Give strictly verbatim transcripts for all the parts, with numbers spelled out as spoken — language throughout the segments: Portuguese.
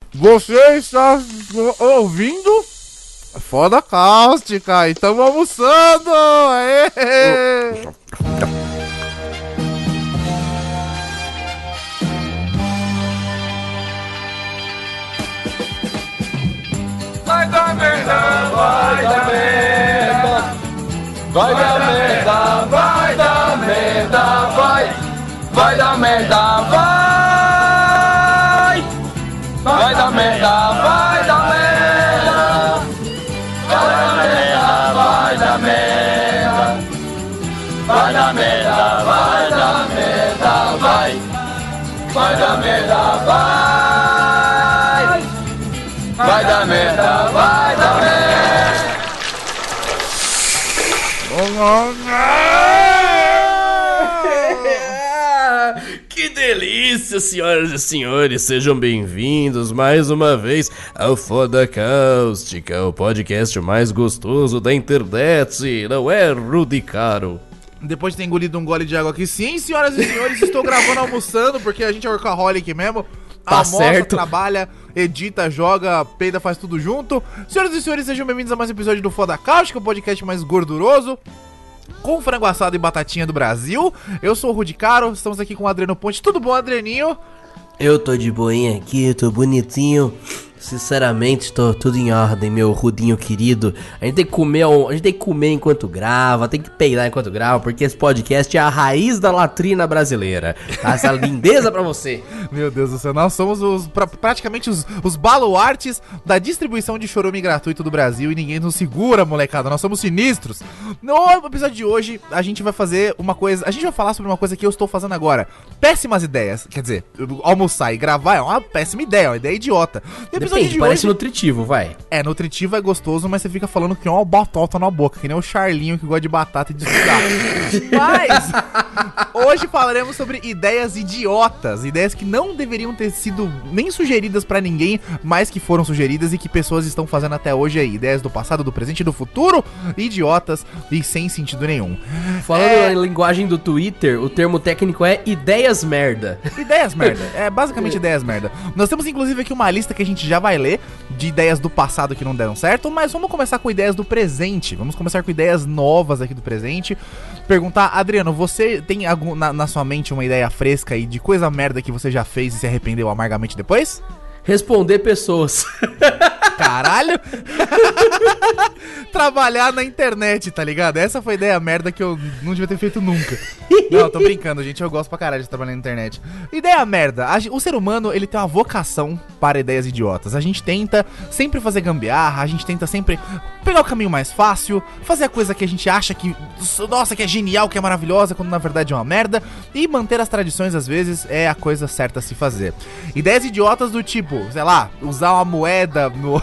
Você está ouvindo Foda Cáustica e estamos almoçando! Aê! Vai dar merda, vai dar merda, vai dar merda, vai dar merda, vai, vai dar merda, vai, vai dar merda, vai dar merda, vai dar merda, vai dar merda, vai dar merda, vai dar merda, vai, vai dar merda, vai. Vai dar merda, vai dar merda. Que delícia, senhoras e senhores. Sejam bem-vindos mais uma vez ao Foda Cáustica, o podcast mais gostoso da internet. Não é, Rudy Caro? Depois de ter engolido um gole de água aqui, sim, senhoras e senhores, estou gravando almoçando, porque a gente é workaholic mesmo. Tá Almoça, certo. trabalha, edita, joga, peida, faz tudo junto. Senhoras e senhores, sejam bem-vindos a mais um episódio do Foda Cáustica, o podcast mais gorduroso, com frango assado e batatinha do Brasil. Eu sou o Rudy Caro, estamos aqui com o Adriano Ponte. Tudo bom, Adrianinho? Eu tô de boinha aqui, eu tô bonitinho. Sinceramente, tô tudo em ordem, meu Rudinho querido. A gente tem que comer, a gente tem que comer enquanto grava, tem que peidar enquanto grava, porque esse podcast é a raiz da latrina brasileira. Tá? Essa lindeza pra você. Meu Deus do céu, nós somos os, pra, praticamente os, os baluartes da distribuição de chorume gratuito do Brasil e ninguém nos segura, molecada. Nós somos sinistros. No episódio de hoje, a gente vai fazer uma coisa, a gente vai falar sobre uma coisa que eu estou fazendo agora. Péssimas ideias, quer dizer, almoçar e gravar é uma péssima ideia, uma ideia idiota. No Depende, de parece hoje, nutritivo, vai. É, nutritivo é gostoso, mas você fica falando que é uma batata na boca, que nem o Charlinho que gosta de batata e de cigarro. Mas, hoje falaremos sobre ideias idiotas, ideias que não deveriam ter sido nem sugeridas pra ninguém, mas que foram sugeridas e que pessoas estão fazendo até hoje aí. Ideias do passado, do presente e do futuro, idiotas e sem sentido nenhum. Falando É... na linguagem do Twitter, o termo técnico é ideias merda. Ideias merda, é basicamente ideias merda. Nós temos inclusive aqui uma lista que a gente já vai ler de ideias do passado que não deram certo, mas vamos começar com ideias do presente. Vamos começar com ideias novas aqui do presente. Perguntar, Adriano, você tem algum, na, na sua mente uma ideia fresca aí de coisa merda que você já fez e se arrependeu amargamente depois? Responder pessoas. Caralho! Trabalhar na internet, tá ligado? Essa foi a ideia merda que eu não devia ter feito nunca. Não, eu tô brincando, gente. Eu gosto pra caralho de trabalhar na internet. Ideia merda. A, o ser humano, ele tem uma vocação para ideias idiotas. A gente tenta sempre fazer gambiarra, a gente tenta sempre pegar o caminho mais fácil, fazer a coisa que a gente acha que, nossa, que é genial, que é maravilhosa, quando na verdade é uma merda. E manter as tradições, às vezes, é a coisa certa a se fazer. Ideias idiotas do tipo, sei lá, usar uma moeda no...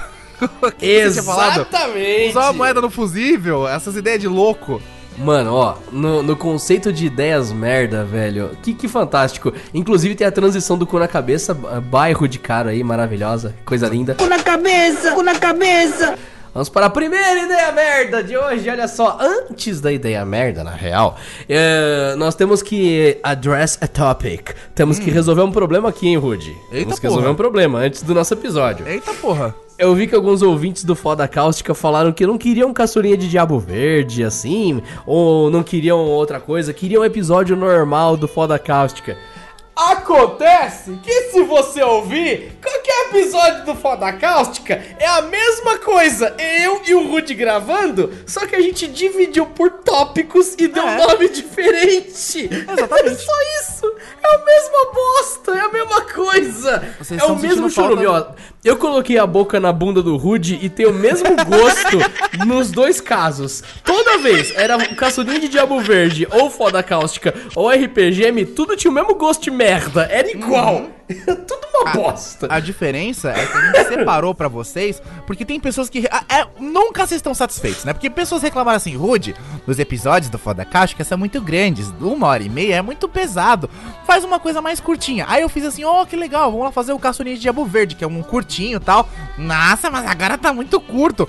Exatamente. Usar uma moeda no fusível, essas ideias de louco. Mano, ó, no, no conceito de ideias merda, velho, que, que fantástico. Inclusive tem a transição do cu na cabeça, bairro de cara aí, maravilhosa, coisa linda. Cu na cabeça, cu na cabeça. Vamos para a primeira ideia merda de hoje, olha só. Antes da ideia merda, na real, é, nós temos que address a topic. Temos hum. que resolver um problema aqui, hein, Rudy? Eita, temos que porra. resolver um problema antes do nosso episódio. Eita porra. Eu vi que alguns ouvintes do Foda Cáustica falaram que não queriam caçulinha de Diabo Verde, assim, ou não queriam outra coisa, queriam um episódio normal do Foda Cáustica. Acontece que se você ouvir qualquer episódio do Foda Cáustica, é a mesma coisa, eu e o Rudy gravando, só que a gente dividiu por tópicos e deu É. um nome diferente. Exatamente. É só isso, é a mesma bosta, é a mesma coisa. Vocês É o estão mesmo sentindo falta- churume, ó. Eu coloquei a boca na bunda do Rudy e tem o mesmo gosto nos dois casos. Toda vez era o caçulinha de Diabo Verde, ou Foda Cáustica, ou R P G M, tudo tinha o mesmo gosto de merda. Era igual. Uhum. Tudo uma bosta. A diferença é que a gente separou pra vocês, porque tem pessoas que ah, é, nunca vocês estão satisfeitos, né? Porque pessoas reclamaram assim, Rudy, os episódios do Foda Cáustica são muito grandes, uma hora e meia é muito pesado, faz uma coisa mais curtinha. Aí eu fiz assim, ó, oh, que legal, vamos lá fazer o Caçulinha de Diabo Verde, que é um curtinho e tal. Nossa, mas agora tá muito curto.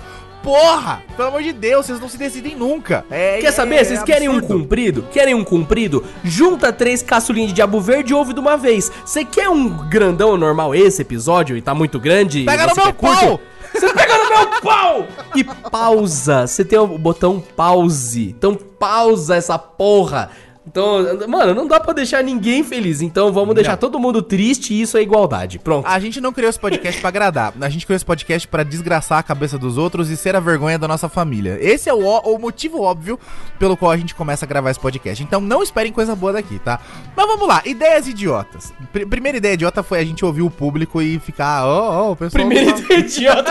porra! Pelo amor de Deus, vocês não se decidem nunca. É, Quer saber? é, Vocês é querem um absurdo. comprido? Querem um comprido? Junta três caçulinhas de diabo verde e ouve de uma vez. Você quer um grandão normal esse episódio e tá muito grande? Pega e no você meu quer curto? pau! Você pega no meu pau! E pausa. Você tem o botão pause. Então pausa essa porra. Então, mano, não dá pra deixar ninguém feliz. Então vamos deixar Não. todo mundo triste e isso é igualdade. Pronto. A gente não criou esse podcast pra agradar. A gente criou esse podcast pra desgraçar a cabeça dos outros e ser a vergonha da nossa família. Esse é o, ó- o motivo óbvio pelo qual a gente começa a gravar esse podcast. Então não esperem coisa boa daqui, tá? Mas vamos lá, ideias idiotas. Pr- primeira ideia idiota foi a gente ouvir o público e ficar, ó, ó, o pessoal... Primeiro não tá- idiota.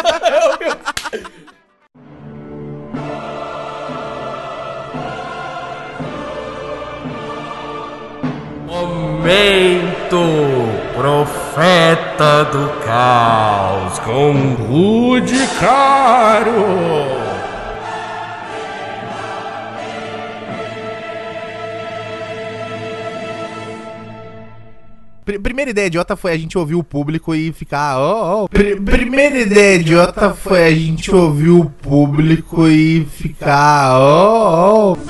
Momento Profeta do Caos com Rude Caro. Pr- Primeira ideia idiota foi a gente ouvir o público e ficar, ó, ó. Pr- Primeira ideia idiota foi a gente ouvir o público e ficar, ó, ó.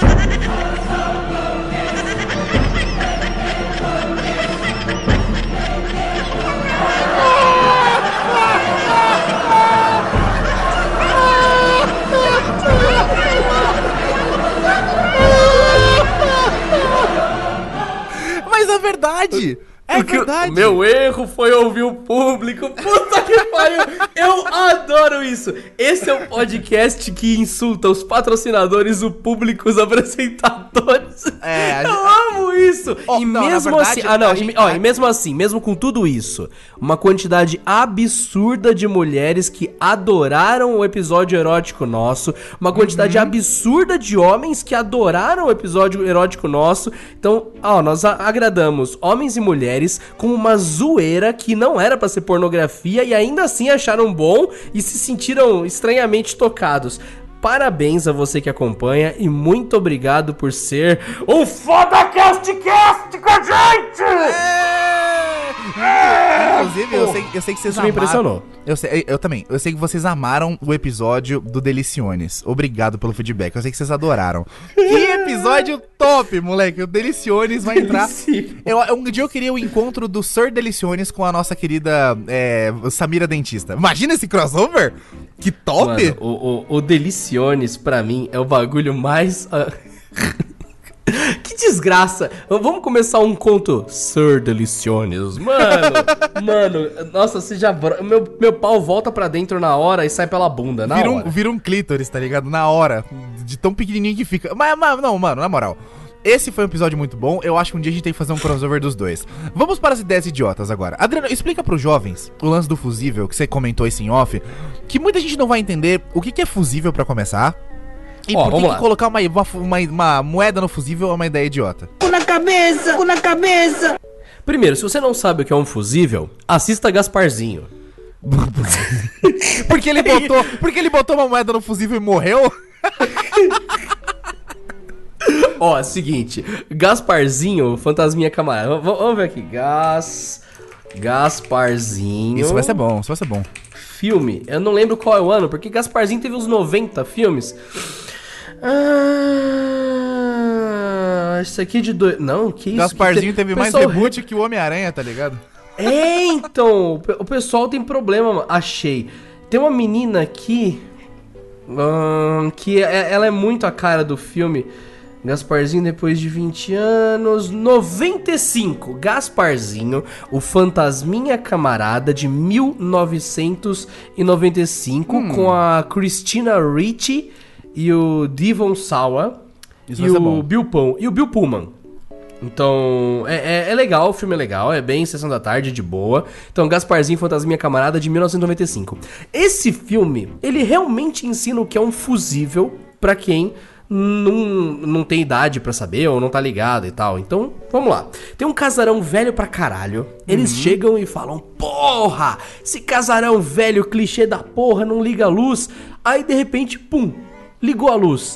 Mas é verdade! É Porque verdade! o meu erro foi ouvir o público. Puta que pariu! Eu adoro isso! Esse é o podcast que insulta os patrocinadores, o público, os apresentadores. É, a eu gente- amo isso! Oh, e não, na mesmo verdade, assim. Ah, não, a e, gente- ó, e mesmo assim, mesmo com tudo isso, uma quantidade absurda de mulheres que adoraram o episódio erótico nosso, uma quantidade Uhum. absurda de homens que adoraram o episódio erótico nosso. Então, ó, nós a- agradamos homens e mulheres com uma zoeira que não era pra ser pornografia e ainda assim acharam bom e se sentiram estranhamente tocados. Parabéns a você que acompanha e muito obrigado por ser um FodaCast Cast com a gente! Inclusive, eu sei, eu sei que vocês Isso me amaram. impressionou. Eu, sei, eu também. Eu sei que vocês amaram o episódio do Deliciones. Obrigado pelo feedback. Eu sei que vocês adoraram. Que episódio top, moleque. O Deliciones vai entrar. Eu, um dia eu queria o encontro do Sir Deliciones com a nossa querida é, Samira Dentista. Imagina esse crossover? Que top! Mano, o, o, o Deliciones, pra mim, é o bagulho mais... ah, que desgraça! Vamos começar um conto. Sir Deliciones. Mano, mano, nossa, você já... bro- Meu, meu pau volta pra dentro na hora e sai pela bunda, na Vira um, hora. vira um clítoris, tá ligado? Na hora. De tão pequenininho que fica. Mas, mas, não, mano, na moral. Esse foi um episódio muito bom. Eu acho que um dia a gente tem que fazer um crossover dos dois. Vamos para as ideias idiotas agora. Adriano, explica pros jovens o lance do fusível, que você comentou isso em off, que muita gente não vai entender o que, que é fusível pra começar. E Ó, por que, vamos que lá. colocar uma, uma, uma, uma moeda no fusível é uma ideia idiota. Na cabeça, na cabeça. Primeiro, se você não sabe o que é um fusível, assista Gasparzinho. Porque ele botou, porque ele botou uma moeda no fusível e morreu? Ó, seguinte, Gasparzinho, fantasminha camarada. V- vamos ver aqui, Gas... Gasparzinho... Isso vai ser bom, isso vai ser bom. Filme, eu não lembro qual é o ano, porque Gasparzinho teve uns noventa filmes. Ah, isso aqui de dois... Não, que isso? Gasparzinho que teve o mais pessoal reboot que o Homem-Aranha, tá ligado? É, então, o pe- o pessoal tem problema, mano. Achei. Tem uma menina aqui, ahn, que é- ela é muito a cara do filme. Gasparzinho depois de vinte anos, noventa e cinco, Gasparzinho, o Fantasminha Camarada de mil novecentos e noventa e cinco, com a Christina Ricci e o Devon Sawa Isso e vai ser o bom. Bill Pum, e o Bill Pullman. Então, é, é, é legal, o filme é legal, é bem Sessão da Tarde, de boa. Então, Gasparzinho, Fantasminha Camarada, de mil novecentos e noventa e cinco. Esse filme, ele realmente ensina o que é um fusível pra quem não, não tem idade pra saber ou não tá ligado e tal. Então, vamos lá. Tem um casarão velho pra caralho. Eles chegam e falam, porra, esse casarão velho, clichê da porra, não liga a luz. Aí, de repente, pum, ligou a luz.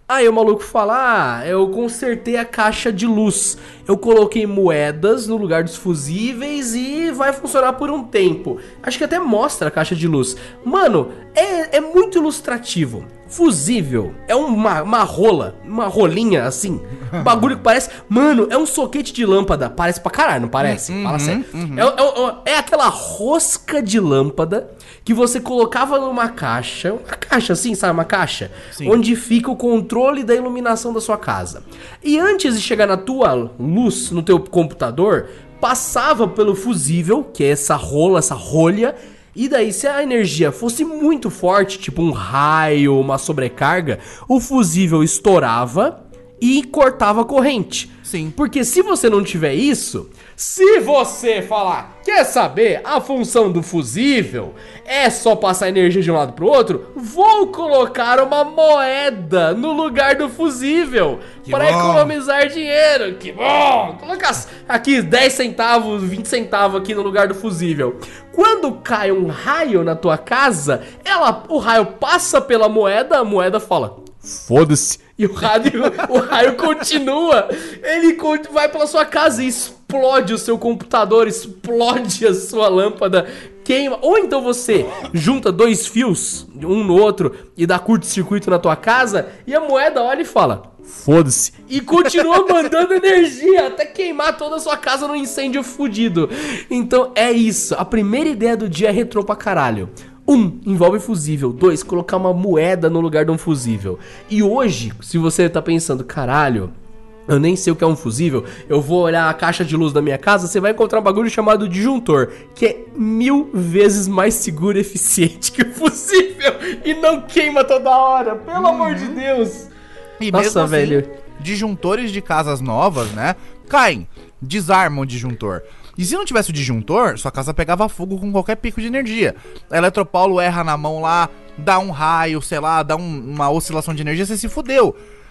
Aí o maluco fala, ah, eu consertei a caixa de luz, eu coloquei moedas no lugar dos fusíveis e vai funcionar por um tempo. Acho que até mostra a caixa de luz. Mano, é, é muito ilustrativo. Fusível é uma, uma rola, uma rolinha assim, um bagulho que parece... Mano, é um soquete de lâmpada, parece pra caralho, não parece? Uhum, Fala sério. uhum. É, é, é aquela rosca de lâmpada que você colocava numa caixa, uma caixa assim, sabe, uma caixa, Sim. onde fica o controle da iluminação da sua casa. E antes de chegar na tua luz, no teu computador, passava pelo fusível, que é essa rola, essa rolha. E daí, se a energia fosse muito forte, tipo um raio, uma sobrecarga, o fusível estourava e cortava a corrente. Sim. Porque se você não tiver isso, se você falar, quer saber, a função do fusível é só passar energia de um lado pro outro, vou colocar uma moeda no lugar do fusível para bom. economizar dinheiro. Que bom! Colocar aqui dez centavos, vinte centavos aqui no lugar do fusível. Quando cai um raio na tua casa, ela, o raio passa pela moeda, a moeda fala... Foda-se. E o raio, o raio continua. Ele con- vai pela sua casa e explode o seu computador, explode a sua lâmpada, queima. Ou então você junta dois fios, um no outro, e dá curto-circuito na tua casa, e a moeda olha e fala... Foda-se. E continua mandando energia até queimar toda a sua casa num incêndio fudido. Então é isso. A primeira ideia do dia é retrô pra caralho. Um, envolve fusível. Dois, colocar uma moeda no lugar de um fusível. E hoje, se você tá pensando, caralho, eu nem sei o que é um fusível, eu vou olhar a caixa de luz da minha casa, você vai encontrar um bagulho chamado disjuntor, que é mil vezes mais seguro e eficiente que o fusível e não queima toda hora, pelo Uhum. amor de Deus. E Nossa, mesmo assim, velho. disjuntores de casas novas, né, caem, desarmam o disjuntor. E se não tivesse o disjuntor, sua casa pegava fogo com qualquer pico de energia. A Eletropaulo erra na mão lá, dá um raio, sei lá, dá um- uma oscilação de energia, você se fudeu.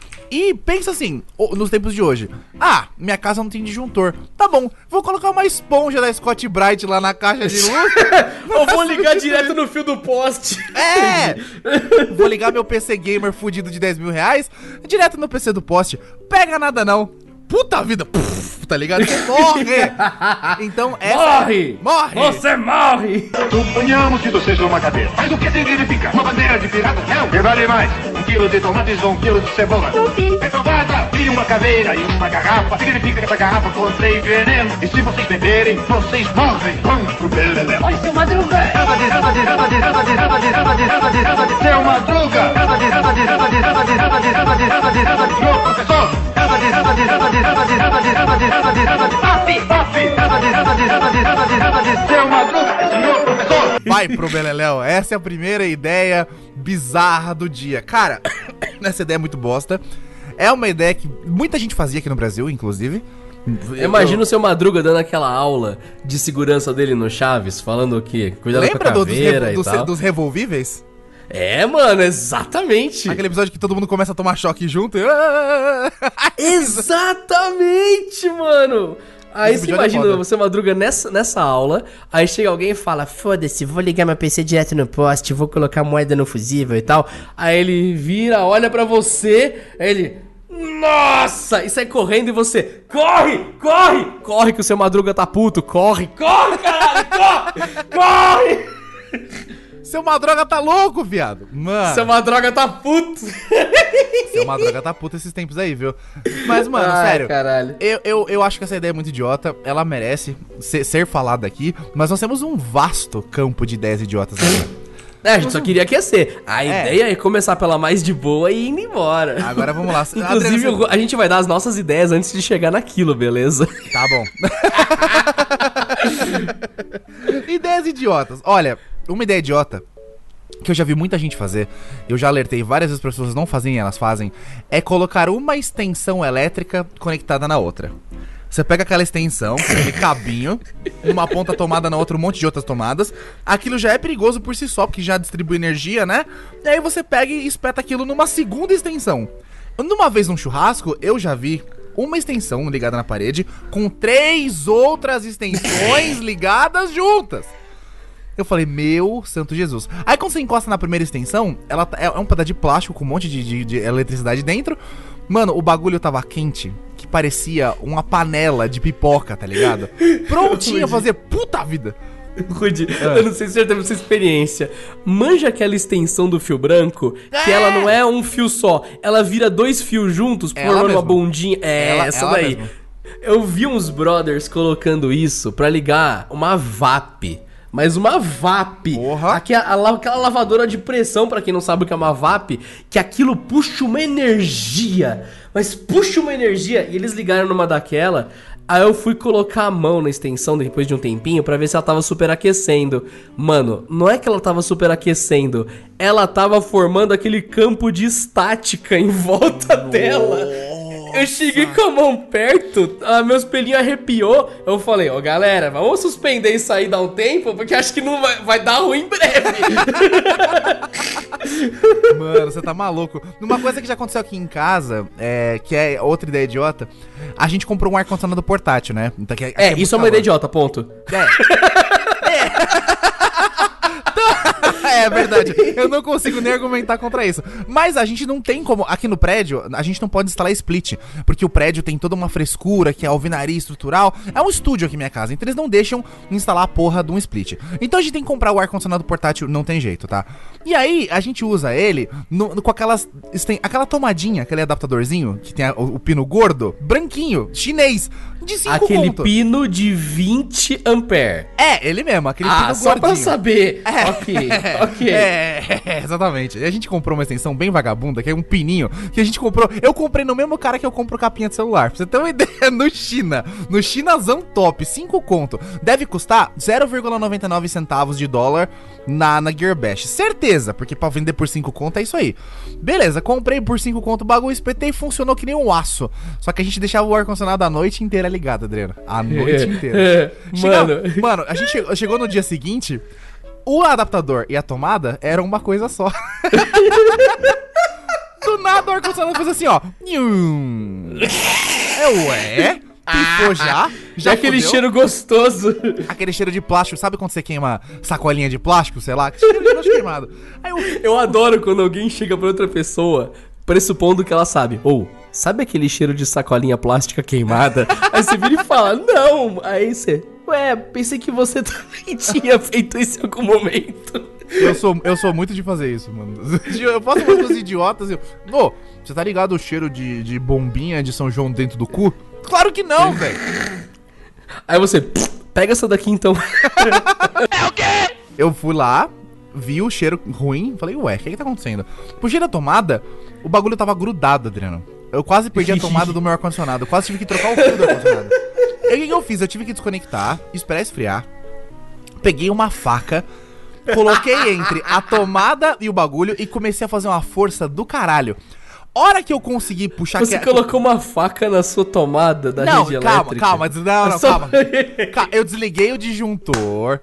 E pensa assim, o- nos tempos de hoje. Ah, minha casa não tem disjuntor. Tá bom, vou colocar uma esponja da Scott Bright lá na caixa de luz. Eu vou ligar direto no fio do poste. É! Vou ligar meu P C Gamer fudido de dez mil reais direto no P C do poste. Pega nada não. Puta vida. Puf, tá ligado? Você morre! Então essa... Morre! Morre! Você morre! Suponhamos que você seja uma cabeça. Mas o que significa? Uma bandeira de pirata? Não. Que vale mais? Um quilo de tomates ou um quilo de cebola? Então guarda! Vire uma caveira e uma garrafa. Significa que essa garrafa contém veneno. E se vocês beberem, vocês morrem. Vamos pro beleléu. Oi, seu Madruga. Raba de raba de raba de raba de raba de raba de raba de raba de seu Madruga. Raba de raba de raba de raba de raba de raba de raba de raba de senhor professor. Raba de raba de raba de raba de raba de raba de raba de raba de papi, papi. Raba de raba de raba de raba de raba de seu Madruga, senhor professor. Vai pro Beleléu. Essa é a primeira ideia bizarra do dia. Cara, essa ideia é muito bosta. É uma ideia que muita gente fazia aqui no Brasil, inclusive. Imagina o seu Madruga dando aquela aula de segurança dele no Chaves, falando o quê? Cuidado Lembra com a do- dos, caveira revo- e dos, tal. dos revolvíveis? É, mano, exatamente. Aquele episódio que todo mundo começa a tomar choque junto. e- Exatamente, mano. Aí Esse você episódio é imagina foda. você Madruga nessa, nessa aula, aí chega alguém e fala, foda-se, vou ligar meu P C direto no poste, vou colocar moeda no fusível e tal. Aí ele vira, olha pra você, aí ele... Nossa! E sai correndo e você... Corre! Corre! Corre que o seu Madruga tá puto! Corre! Corre, caralho! Corre! Corre! Seu Madruga tá louco, viado. Mano, Seu Madruga tá puto! seu Madruga tá puto esses tempos aí, viu? Mas, mano, Ai, sério. caralho. Eu, eu, eu acho que essa ideia é muito idiota. Ela merece ser, ser falada aqui. Mas nós temos um vasto campo de ideias idiotas aqui. É, a gente só queria aquecer. A É. ideia é começar pela mais de boa e ir indo embora. Agora vamos lá. Inclusive, Adriano, a gente vai dar as nossas ideias antes de chegar naquilo, beleza? Tá bom. Ideias idiotas. Olha, uma ideia idiota que eu já vi muita gente fazer, eu já alertei várias vezes para as pessoas não fazem, elas fazem, é colocar uma extensão elétrica conectada na outra. Você pega aquela extensão, aquele cabinho, uma ponta tomada na outra, um monte de outras tomadas. Aquilo já é perigoso por si só, porque já distribui energia, né? E aí você pega e espeta aquilo numa segunda extensão. Numa vez num churrasco, eu já vi uma extensão ligada na parede com três outras extensões ligadas juntas. Eu falei, meu santo Jesus. Aí quando você encosta na primeira extensão, ela é um pedaço de plástico com um monte de, de, de eletricidade dentro. Mano, o bagulho tava quente, que parecia uma panela de pipoca, tá ligado? Prontinha a fazer puta vida. Rudy, eu não sei se você teve essa experiência. Manja aquela extensão do fio branco, que É. ela não é um fio só, ela vira dois fios juntos, Ela formando uma mesma. bondinha. É, Ela- essa ela daí. mesma. Eu vi uns brothers colocando isso pra ligar uma V A P. Mas uma V A P. Porra. Aqui, a- a- aquela lavadora de pressão, pra quem não sabe o que é uma V A P, que aquilo puxa uma energia. Mas puxa uma energia. E eles ligaram numa daquela. Aí eu fui colocar a mão na extensão depois de um tempinho pra ver se ela tava superaquecendo. Mano, não é que ela tava superaquecendo. Ela tava formando aquele campo de estática em volta dela. Eu cheguei com a mão perto, ah, meus pelinhos arrepiou. Eu falei, ó, galera, vamos suspender isso aí dar um tempo, porque acho que não vai, vai dar ruim em breve. Mano, você tá maluco. Uma coisa que já aconteceu aqui em casa, é, que é outra ideia idiota, a gente comprou um ar-condicionado portátil, né? Então, que, É, que isso é muito uma ideia calor. idiota, ponto. É verdade, eu não consigo nem argumentar contra isso. Mas a gente não tem como, aqui no prédio, a gente não pode instalar split, porque o prédio tem toda uma frescura, que é alvenaria estrutural. É um estúdio aqui minha casa, então eles não deixam instalar a porra de um split. Então a gente tem que comprar o ar-condicionado portátil, não tem jeito, tá? E aí a gente usa ele no- no- com aquelas, tem aquela tomadinha, aquele adaptadorzinho, que tem a- o, o pino gordo, branquinho, chinês, de cinco Aquele conto. pino de vinte amperes. É, ele mesmo, aquele Ah, pino só gordinho. pra saber. Ok, ok. É, é, exatamente. E a gente comprou uma extensão bem vagabunda, que é um pininho, que a gente comprou. Eu comprei no mesmo cara que eu compro capinha de celular. Pra você ter uma ideia, no China. No Chinazão top, cinco conto. Deve custar zero vírgula noventa e nove centavos de dólar na, na Gearbash. Certeza, porque pra vender por cinco conto é isso aí. Beleza, comprei por cinco conto o bagulho, espetei e funcionou que nem um aço. Só que a gente deixava o ar-condicionado a noite inteira ligado, Adriano. A noite inteira. É, Chega- mano. Mano, a gente chegou, chegou no dia seguinte, o adaptador e a tomada eram uma coisa só. Do nada o ar-condicionado fez assim, ó. Nhum. É, ué? Pifou já? Já aquele fudeu? cheiro gostoso. Aquele cheiro de plástico. Sabe quando você queima sacolinha de plástico, sei lá? Cheiro de plástico queimado. Aí eu... Eu adoro quando alguém chega pra outra pessoa pressupondo que ela sabe. Ou, sabe aquele cheiro de sacolinha plástica queimada? Aí você vira e fala, não. Aí você, ué, pensei que você também tinha feito isso em algum momento. Eu sou, eu sou muito de fazer isso, mano. Eu faço umas coisas idiotas e eu... Ô, você tá ligado o cheiro de, de bombinha de São João dentro do cu? Claro que não, velho. Aí você, pega essa daqui então. Eu fui lá, vi o cheiro ruim, falei, ué, o que que tá acontecendo? Puxei da tomada, o bagulho tava grudado, Adriano. Eu quase perdi a tomada do meu ar-condicionado, eu quase tive que trocar o fio do ar-condicionado. E o que que eu fiz? Eu tive que desconectar, esperar esfriar, peguei uma faca, coloquei entre a tomada e o bagulho e comecei a fazer uma força do caralho. Hora que eu consegui puxar... Você que- colocou uma faca na sua tomada da Não, rede calma, elétrica. calma, não, não, Só- calma. Ca- Eu desliguei o disjuntor.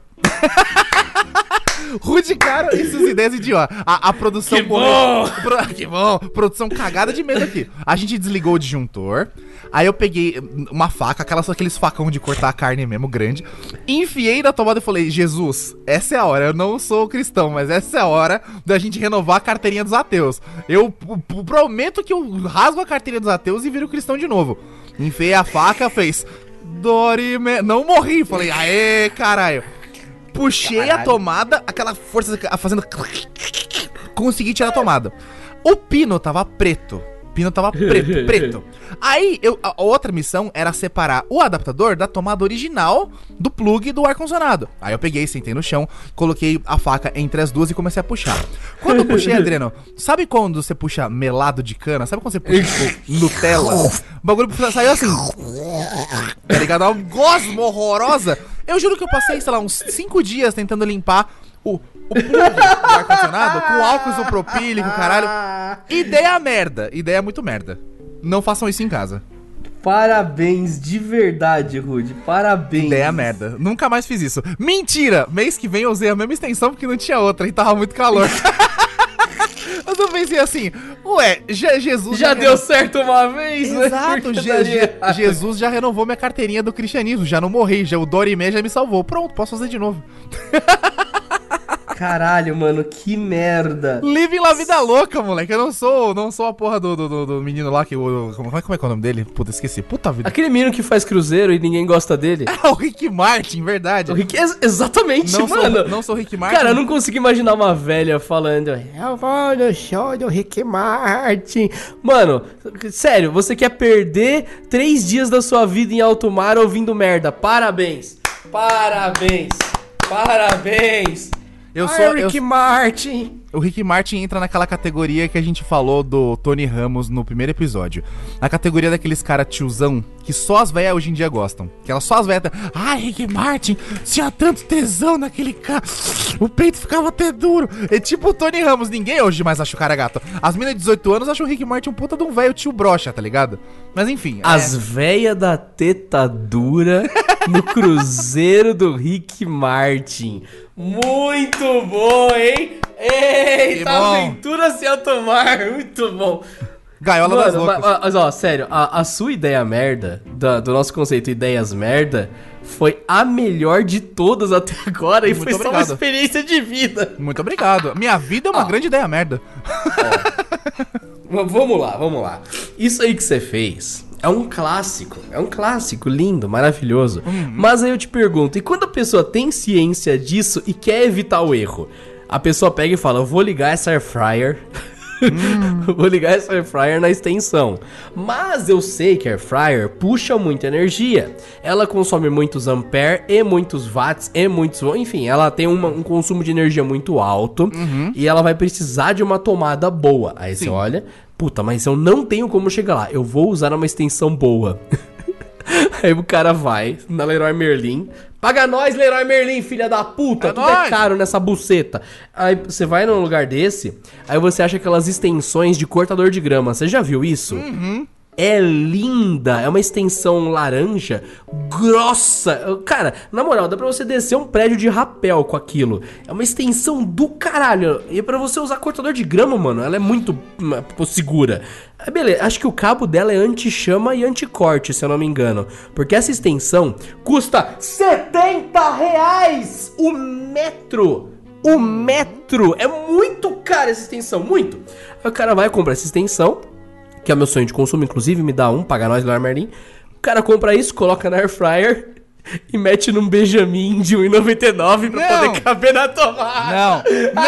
Rude, cara, essas ideias idiotas. A, a produção... Que bom! Pro- que bom! Produção cagada de medo aqui. A gente desligou o disjuntor. Aí eu peguei uma faca, aquelas, aqueles facão de cortar a carne mesmo, grande. Enfiei na tomada e falei, Jesus, essa é a hora. Eu não sou cristão, mas essa é a hora da gente renovar a carteirinha dos ateus. Eu p- p- prometo que eu rasgo a carteirinha dos ateus e viro cristão de novo. Enfiei a faca, fez... Dorime... Não morri. Falei, aê, caralho. Puxei a tomada, aquela força fazendo... Consegui tirar a tomada. O pino tava preto. O pino tava preto, preto. Aí, eu, a a outra missão era separar o adaptador da tomada original do plug do ar-condicionado. Aí eu peguei, sentei no chão, coloquei a faca entre as duas e comecei a puxar. Quando eu puxei, Adriano, sabe quando você puxa melado de cana? Sabe quando você puxa, tipo, Nutella? O bagulho saiu assim. Tá ligado? Uma gosma horrorosa. Eu juro que eu passei, sei lá, uns cinco dias tentando limpar o, o plug do ar-condicionado com álcool isopropílico, caralho. Ideia merda. Ideia muito merda. Não façam isso em casa. Parabéns, de verdade, Rude. Parabéns. Ideia merda. Nunca mais fiz isso. Mentira! Mês que vem eu usei a mesma extensão porque não tinha outra e tava muito calor. Mas eu pensei assim, ué, Je- Jesus... Já deu certo uma vez, né? Exato, Por que Je- daria Je- errado? Jesus já renovou minha carteirinha do cristianismo, já não morri, já o Dorime já me salvou. Pronto, posso fazer de novo. Caralho, mano, que merda. Living la vida louca, moleque. Eu não sou, não sou a porra do, do, do- do menino lá que... O, como, é, como é que é o nome dele? Puta, esqueci. Puta vida. Aquele menino que faz cruzeiro e ninguém gosta dele. É o Rick Martin, verdade. O Rick, ex- exatamente, Não mano. sou, não sou o Rick Martin. Cara, eu não consigo imaginar uma velha falando eu vou no show do Rick Martin. Mano, sério, você quer perder três dias da sua vida em alto mar ouvindo merda. Parabéns. Parabéns. Parabéns. Eu Ai, sou... Rick eu- Martin. O Rick Martin entra naquela categoria que a gente falou do Tony Ramos no primeiro episódio. Na categoria daqueles cara tiozão que só as velhas hoje em dia gostam. Que elas só as velhas... Ai, Rick Martin, tinha tanto tesão naquele cara. O peito ficava até duro. É tipo o Tony Ramos. Ninguém hoje mais acha o cara gato. As minas de dezoito anos acham o Rick Martin um puta de um velho tio brocha, tá ligado? Mas enfim. As é... véias da teta dura no cruzeiro do Rick Martin. Muito bom, hein? Eita, Que bom. aventura sem alto mar. Muito bom. Gaiola das Mano, loucas. mas, mas, ó, sério, a, a sua ideia merda, da- do nosso conceito ideias merda, foi a melhor de todas até agora e Muito foi só uma obrigado. experiência de vida. Muito obrigado. Minha vida é uma Ah. grande ideia merda. V- Vamos lá, vamos lá. Isso aí que você fez é um clássico. É um clássico lindo, maravilhoso. Mas aí eu te pergunto, e quando a pessoa tem ciência disso e quer evitar o erro? A pessoa pega e fala, eu vou ligar essa air fryer... Vou ligar essa air fryer na extensão. Mas eu sei que a air fryer puxa muita energia. Ela consome muitos ampere e muitos watts e muitos... Enfim, ela tem uma- um consumo de energia muito alto. E ela vai precisar de uma tomada boa. Aí você olha... Puta, mas eu não tenho como chegar lá. Eu vou usar uma extensão boa. Aí o cara vai na Leroy Merlin. Paga nós, Leroy Merlin, filha da puta. É Tudo é nóis. caro nessa buceta. Aí você vai num lugar desse, aí você acha aquelas extensões de cortador de grama. Você já viu isso? Uhum. É linda. É uma extensão laranja grossa. Cara, na moral, dá pra você descer um prédio de rapel com aquilo. É uma extensão do caralho. E é pra você usar cortador de grama, mano. Ela é muito hum, pô, segura. Aí, beleza, acho que o cabo dela é anti-chama e anti-corte, se eu não me engano. Porque essa extensão custa setenta reais o metro. O metro. É muito caro essa extensão, muito. Aí o cara vai comprar essa extensão, que é o meu sonho de consumo, inclusive, me dá um, paga nós, Leroy Merlin. O cara compra isso, coloca na air fryer e mete num Benjamin de um real e noventa e nove pra Não. poder caber na tomada.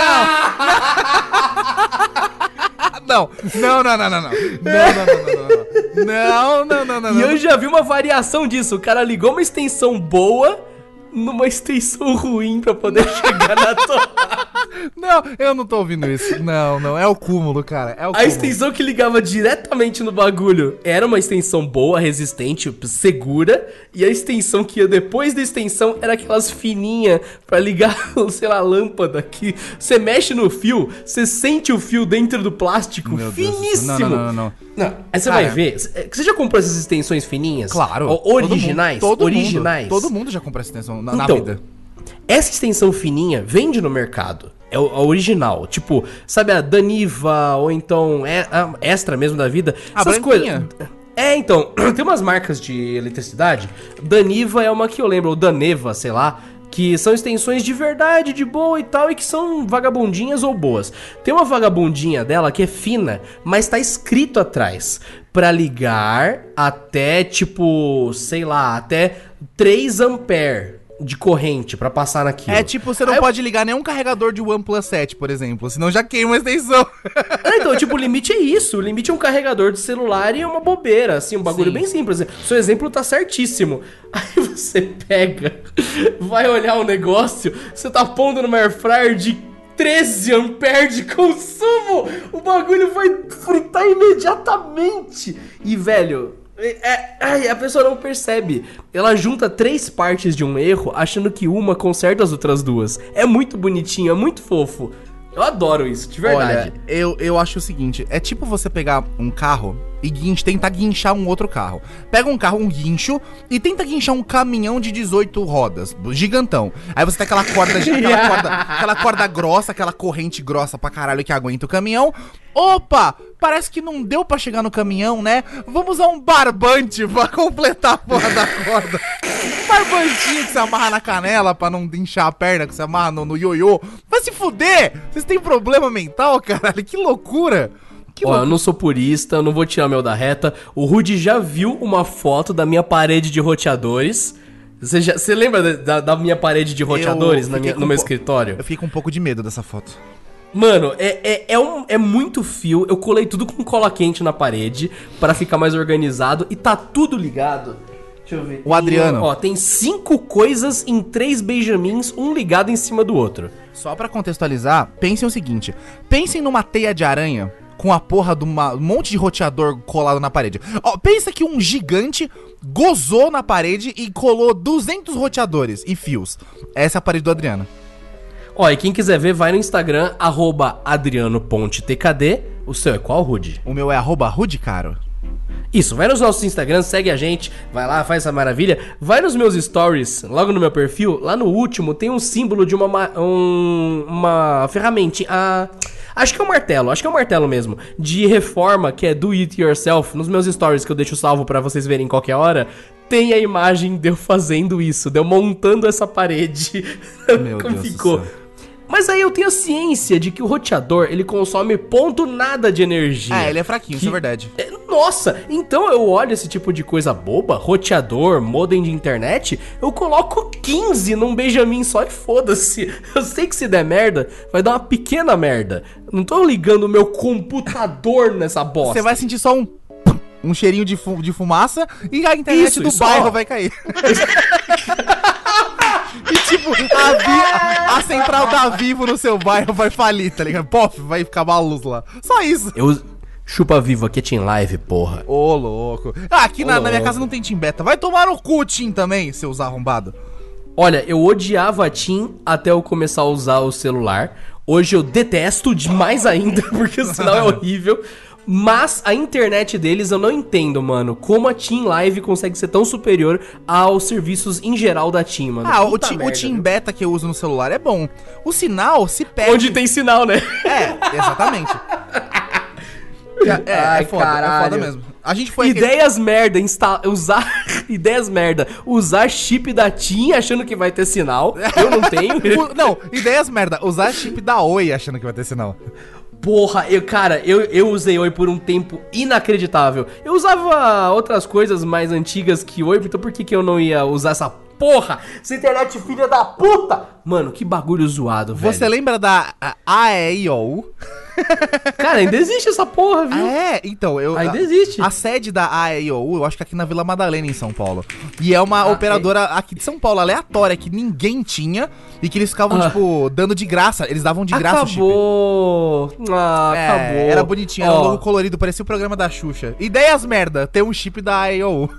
Não, não. Não, não, não, não, não. Não, não, não, não, não. Não, não, não, não, E não. eu já vi uma variação disso. O cara ligou uma extensão boa numa extensão ruim pra poder chegar na tomada. Não, eu não tô ouvindo isso. Não, não. É o cúmulo, cara. É o A cúmulo. extensão que ligava diretamente no bagulho era uma extensão boa, resistente, segura. E a extensão que ia depois da extensão era aquelas fininhas pra ligar, sei lá, lâmpada. Que você mexe no fio, você sente o fio dentro do plástico. Meu Deus do céu. Finíssimo. Não, não, não, não. Não, aí você Cara, vai ver. Você já comprou essas extensões fininhas? Claro. O- Originais? Todo mundo, todo originais. Mundo, todo mundo já comprou essa extensão na, na Então, vida. essa extensão fininha vende no mercado. É o- a original. Tipo, sabe a Daniva ou então é, a Extra mesmo da vida? A Essas branquinha. coisas. É, então, tem umas marcas de eletricidade. Daniva é uma que eu lembro, ou Daneva, sei lá. Que são extensões de verdade, de boa e tal, e que são vagabundinhas ou boas. Tem uma vagabundinha dela que é fina, mas tá escrito atrás. Pra ligar até, tipo, sei lá, até três amperes de corrente pra passar naquilo. É tipo, você não Aí eu- pode ligar nenhum carregador de OnePlus sete, por exemplo, senão já queima a extensão. Ah, então, tipo, o limite é isso. O limite é um carregador de celular e é uma bobeira, assim, um bagulho Sim. bem simples. Seu exemplo tá certíssimo. Aí você pega, vai olhar o negócio, você tá pondo numa air fryer de treze amperes de consumo. O bagulho vai fritar imediatamente. E, velho... É, ai, a pessoa não percebe. Ela junta três partes de um erro, achando que uma conserta as outras duas. É muito bonitinho, é muito fofo. Eu adoro isso, de verdade. Olha, eu, eu acho o seguinte, é tipo você pegar um carro e guinch, tentar guinchar um outro carro. Pega um carro, um guincho, e tenta guinchar um caminhão de dezoito rodas, gigantão. Aí você tem aquela corda, aquela corda, aquela corda grossa, aquela corrente grossa pra caralho que aguenta o caminhão. Opa, parece que não deu pra chegar no caminhão, né? Vamos usar um barbante pra completar a porra da corda. barbantinho que você amarra na canela pra não inchar a perna, que você amarra no, no ioiô. Vai se fuder! Vocês têm problema mental, caralho? Que loucura! Que Ó, loucura. eu não sou purista, eu não vou tirar o meu da reta. O Rudy já viu uma foto da minha parede de roteadores. Você, já, você lembra da, da minha parede de roteadores na fiquei minha, com no meu um po- escritório? Eu fiquei com um pouco de medo dessa foto. Mano, é, é, é, um, é muito fio. Eu colei tudo com cola quente na parede pra ficar mais organizado e tá tudo ligado. Deixa eu ver. O Adriano. Ó, tem cinco coisas em três Benjamins, um ligado em cima do outro. Só pra contextualizar, pensem o seguinte. Pensem numa teia de aranha com a porra de uma- um monte de roteador colado na parede. Ó, pensa que um gigante gozou na parede e colou duzentos roteadores e fios. Essa é a parede do Adriano. Ó, e quem quiser ver, vai no Instagram, arroba adriano.tkd. O seu é qual, Rudy? O meu é arroba rudicaro. Isso, vai nos nossos Instagrams, segue a gente, vai lá, faz essa maravilha. Vai nos meus stories, logo no meu perfil, lá no último tem um símbolo de uma, ma- um, uma ferramenta, a, acho que é um martelo, acho que é um martelo mesmo, de reforma, que é do it yourself. Nos meus stories que eu deixo salvo pra vocês verem qualquer hora, tem a imagem de eu fazendo isso, de eu montando essa parede. Meu Como Deus do ficou. céu. Mas aí eu tenho ciência de que o roteador, ele consome ponto nada de energia. Ah, ele é fraquinho, isso é verdade. É, Nossa, então eu olho esse tipo de coisa boba, roteador, modem de internet, eu coloco quinze num Benjamin só e foda-se. Eu sei que se der merda, vai dar uma pequena merda. Não tô ligando o meu computador nessa bosta. Você vai sentir só um... Um cheirinho de, fu- de fumaça e a internet Isso, do isso, bairro ó. vai cair. E tipo, a, Vi- a central da Vivo no seu bairro vai falir, tá ligado? Pof, vai acabar a luz lá. Só isso. Eu... Chupa vivo, aqui é Team Live, porra. Ô, louco. Ah, aqui Ô, na, na minha louco. casa não tem Team Beta. Vai tomar no cu, Team, também, seus arrombados. Olha, eu odiava a Team até eu começar a usar o celular. Hoje eu detesto demais ainda, porque o sinal é horrível. Mas a internet deles eu não entendo, mano. Como a Team Live consegue ser tão superior aos serviços em geral da Team, mano. Ah, o, Puta ti- o merda, Team viu? Beta que eu uso no celular é bom. O sinal se perde. Onde tem sinal, né? É, exatamente. É, é, Ai, é foda, é caralho. foda mesmo. A gente foi... aquele- Ideias merda, insta usar. Ideias merda. Usar chip da Team achando que vai ter sinal. Eu não tenho. O- não, ideias merda. Usar chip da Oi achando que vai ter sinal. Porra, eu, cara, eu, eu usei Oi por um tempo inacreditável. Eu usava outras coisas mais antigas que Oi, então por que, que eu não ia usar essa porra? Essa internet filha da puta! Mano, que bagulho zoado, velho. Você lembra da a- A E I O U? Cara, ainda existe essa porra, viu? É, então, eu... Ainda a- existe. A sede da A E I O U, eu acho que aqui na Vila Madalena, em São Paulo. E é uma Ah, operadora aqui de São Paulo, aleatória, que ninguém tinha e que eles ficavam, Ah. tipo, dando de graça. Eles davam de graça o chip. Acabou. Ah, É, acabou. era bonitinho, era um Ó, logo colorido, parecia o programa da Xuxa. Ideias merda, ter um chip da A E I O U.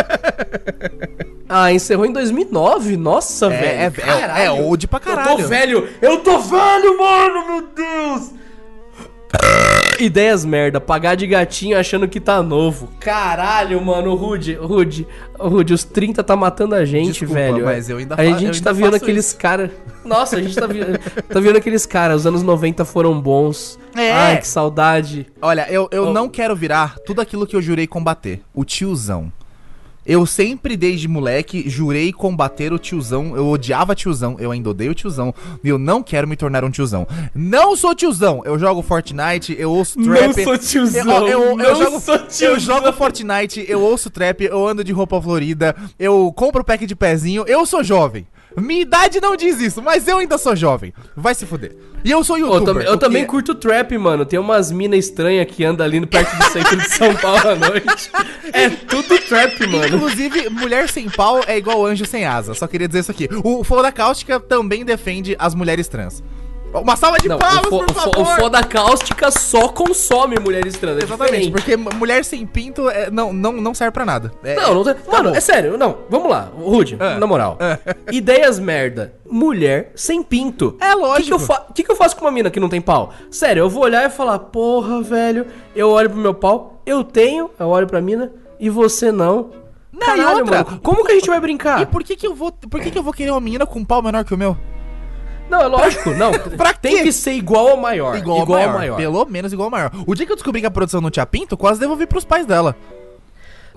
Ah, encerrou em dois mil e nove? Nossa, É, velho. é, é, caralho. é old pra Eu caralho. tô velho. Eu tô velho, mano, meu Deus. Ideias merda, pagar de gatinho achando que tá novo. Caralho, mano, Rude, Rude, Rude, os trinta tá matando a gente, Desculpa, velho. mas eu ainda A fa- gente eu ainda tá vendo faço aqueles isso. caras. Nossa, a gente tá vendo, tá vendo aqueles caras. Os anos noventa foram bons. É. Ai, que saudade. Olha, eu, eu Oh. não quero virar tudo aquilo que eu jurei combater. O tiozão. Eu sempre, desde moleque, jurei combater o tiozão. Eu odiava tiozão, eu ainda odeio tiozão. E eu não quero me tornar um tiozão. Não sou tiozão. Eu jogo Fortnite, eu ouço Não trap. sou tiozão, Eu, eu, eu não jogo, sou tiozão. eu jogo Fortnite, eu ouço trap, eu ando de roupa florida, eu compro pack de pezinho. Eu sou jovem. Minha idade não diz isso, mas eu ainda sou jovem. Vai se fuder. E eu sou Ô, youtuber. eu também, eu porque- também curto trap, mano. Tem umas minas estranhas que andam ali no perto do centro de São Paulo à noite. É tudo trap, mano. Inclusive, mulher sem pau é igual anjo sem asa. Só queria dizer isso aqui. O Foda Cáustica também defende as mulheres trans. Uma salva de Não, palmas, o, fo por o, fo favor! o foda cáustica só consome mulheres trans. É Exatamente, diferente. porque m- mulher sem pinto é- não, não, não serve pra nada. É- Não, não tem. Mano, bom. é sério, não. Vamos lá, Rude, É. na moral. Ideias merda. Mulher sem pinto. É O que, que, lógico. eu fa- que, que eu faço com uma mina que não tem pau? Sério, eu vou olhar e falar, porra, velho, eu olho pro meu pau, eu tenho, eu olho pra mina, e você não. Não, e outra? mano, como que a gente vai brincar? E por que que eu vou, por que que eu vou querer uma menina com um pau menor que o meu? Não, é lógico, não. Pra Tem quê? que ser igual ao maior. Igual, ao maior. Pelo menos igual ao maior. O dia que eu descobri que a produção não tinha pinto, quase devolvi pros pais dela.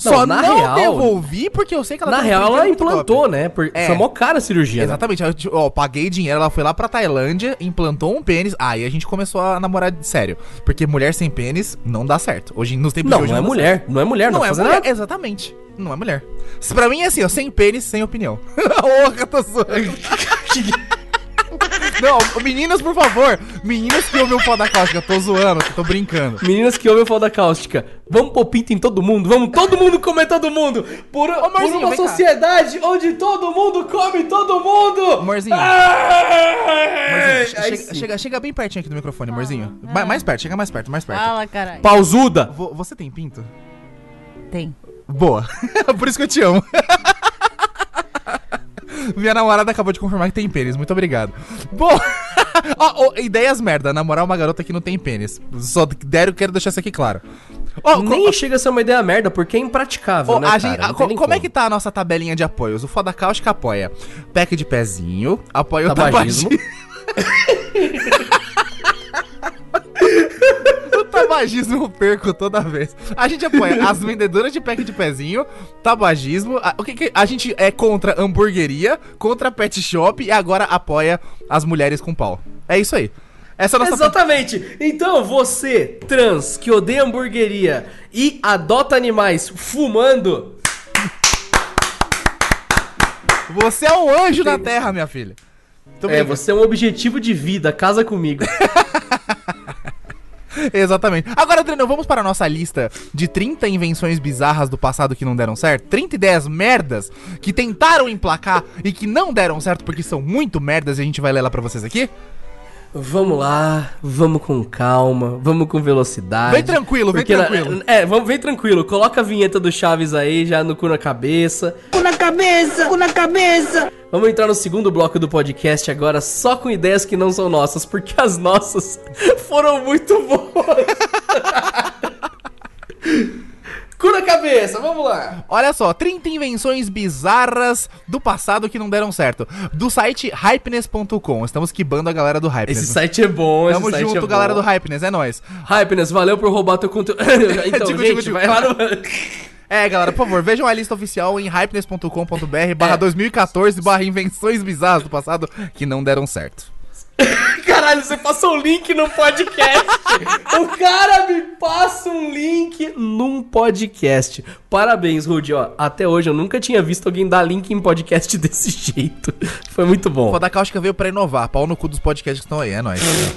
Só na não real- devolvi porque eu sei que ela Na tem um real, ela brinquedo muito implantou, top. né? Por... É. Foi mó cara a cirurgia, né? Exatamente. Eu, tipo, ó, paguei dinheiro, ela foi lá pra Tailândia, implantou um pênis. Aí a gente começou a namorar de sério. Porque mulher sem pênis não dá certo. Hoje, nos tempos Não, de hoje, não é dá mulher. certo. Não é mulher, não, Não é fazer mulher, nada. exatamente. Não é mulher. Se pra mim é assim, ó, sem pênis, sem opinião. Porra, tô zoando. Não, meninas, por favor. Meninas que ouvem o pó da cáustica, tô zoando, tô brincando. Meninas que ouvem o Foda Cáustica, vamos pôr pinto em todo mundo, vamos todo mundo comer todo mundo, por, por Marzinho, uma vem cá. sociedade onde todo mundo come todo mundo. Amorzinho. Ai, Amorzinho, aí chega, sim. chega, chega bem pertinho aqui do microfone, amorzinho. Ma- Mais perto, chega mais perto, mais perto. Fala, caralho. Pausuda. Vo- Você tem pinto? Tem. Boa. Por isso que eu te amo. Minha namorada acabou de confirmar que tem pênis. Muito obrigado. Bom, ó, ó, ideias merda. Namorar uma garota que não tem pênis. Só deram, quero deixar isso aqui claro. Ó, Nem co- chega a ser uma ideia merda, porque é impraticável, ó, né, a cara? gente- Não a- tem co- nem como é como. que tá a nossa tabelinha de apoios? O Foda Cáustica apoia pack de pezinho, apoia o Tabagismo. tabagismo. O tabagismo eu perco toda vez. A gente apoia as vendedoras de pack de pezinho, tabagismo. A, o que que- a gente é contra hamburgueria, contra pet shop e agora apoia as mulheres com pau. É isso aí. Essa é a nossa. Exatamente. Então, você, trans, que odeia hamburgueria e adota animais fumando, Você é um anjo na terra, minha filha. Tô é, brincando. você é um objetivo de vida, casa comigo. Exatamente. Agora, Adriano, vamos para a nossa lista de trinta invenções bizarras do passado que não deram certo. trinta ideias merdas que tentaram emplacar e que não deram certo porque são muito merdas e a gente vai ler lá pra vocês aqui. Vamos lá, vamos com calma, vamos com velocidade. Vem tranquilo, vem porque na- tranquilo. é, vamos, vem tranquilo. Coloca a vinheta do Chaves aí, já no cu na cabeça. Cu na cabeça, cu na cabeça. Vamos entrar no segundo bloco do podcast agora, só com ideias que não são nossas, porque as nossas foram muito boas. Cu na cabeça, vamos lá. Olha só, trinta invenções bizarras do passado que não deram certo. Do site hypeness ponto com. Estamos quibando a galera do Hypeness. Esse site é bom, esse Tamo site junto, é bom. galera do Hypeness, é nóis. Hypeness, valeu por roubar teu conteúdo. Então, Digo, gente, digo, digo. vai lá no... É, galera, por favor, vejam a lista oficial em hypeness ponto com ponto br É. barra dois mil e quatorze barra invenções bizarras do passado que não deram certo. Caralho, você passou o link no podcast. O cara me passa um link num podcast. Parabéns, Rudy. Ó, até hoje eu nunca tinha visto alguém dar link em podcast desse jeito. Foi muito bom. O Foda Cáustica veio pra inovar, pau no cu dos podcasts que estão aí, é nóis.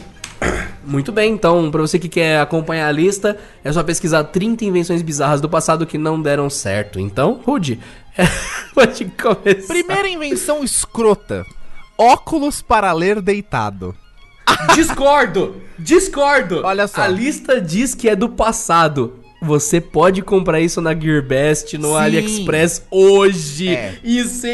Muito bem, então, pra você que quer acompanhar a lista, é só pesquisar trinta invenções bizarras do passado que não deram certo. Então, Rudy, pode começar. Primeira invenção escrota. Óculos para ler deitado. Discordo! Discordo! Olha só. A lista diz que é do passado. Você pode comprar isso na Gearbest, no Sim. AliExpress hoje. É. Isso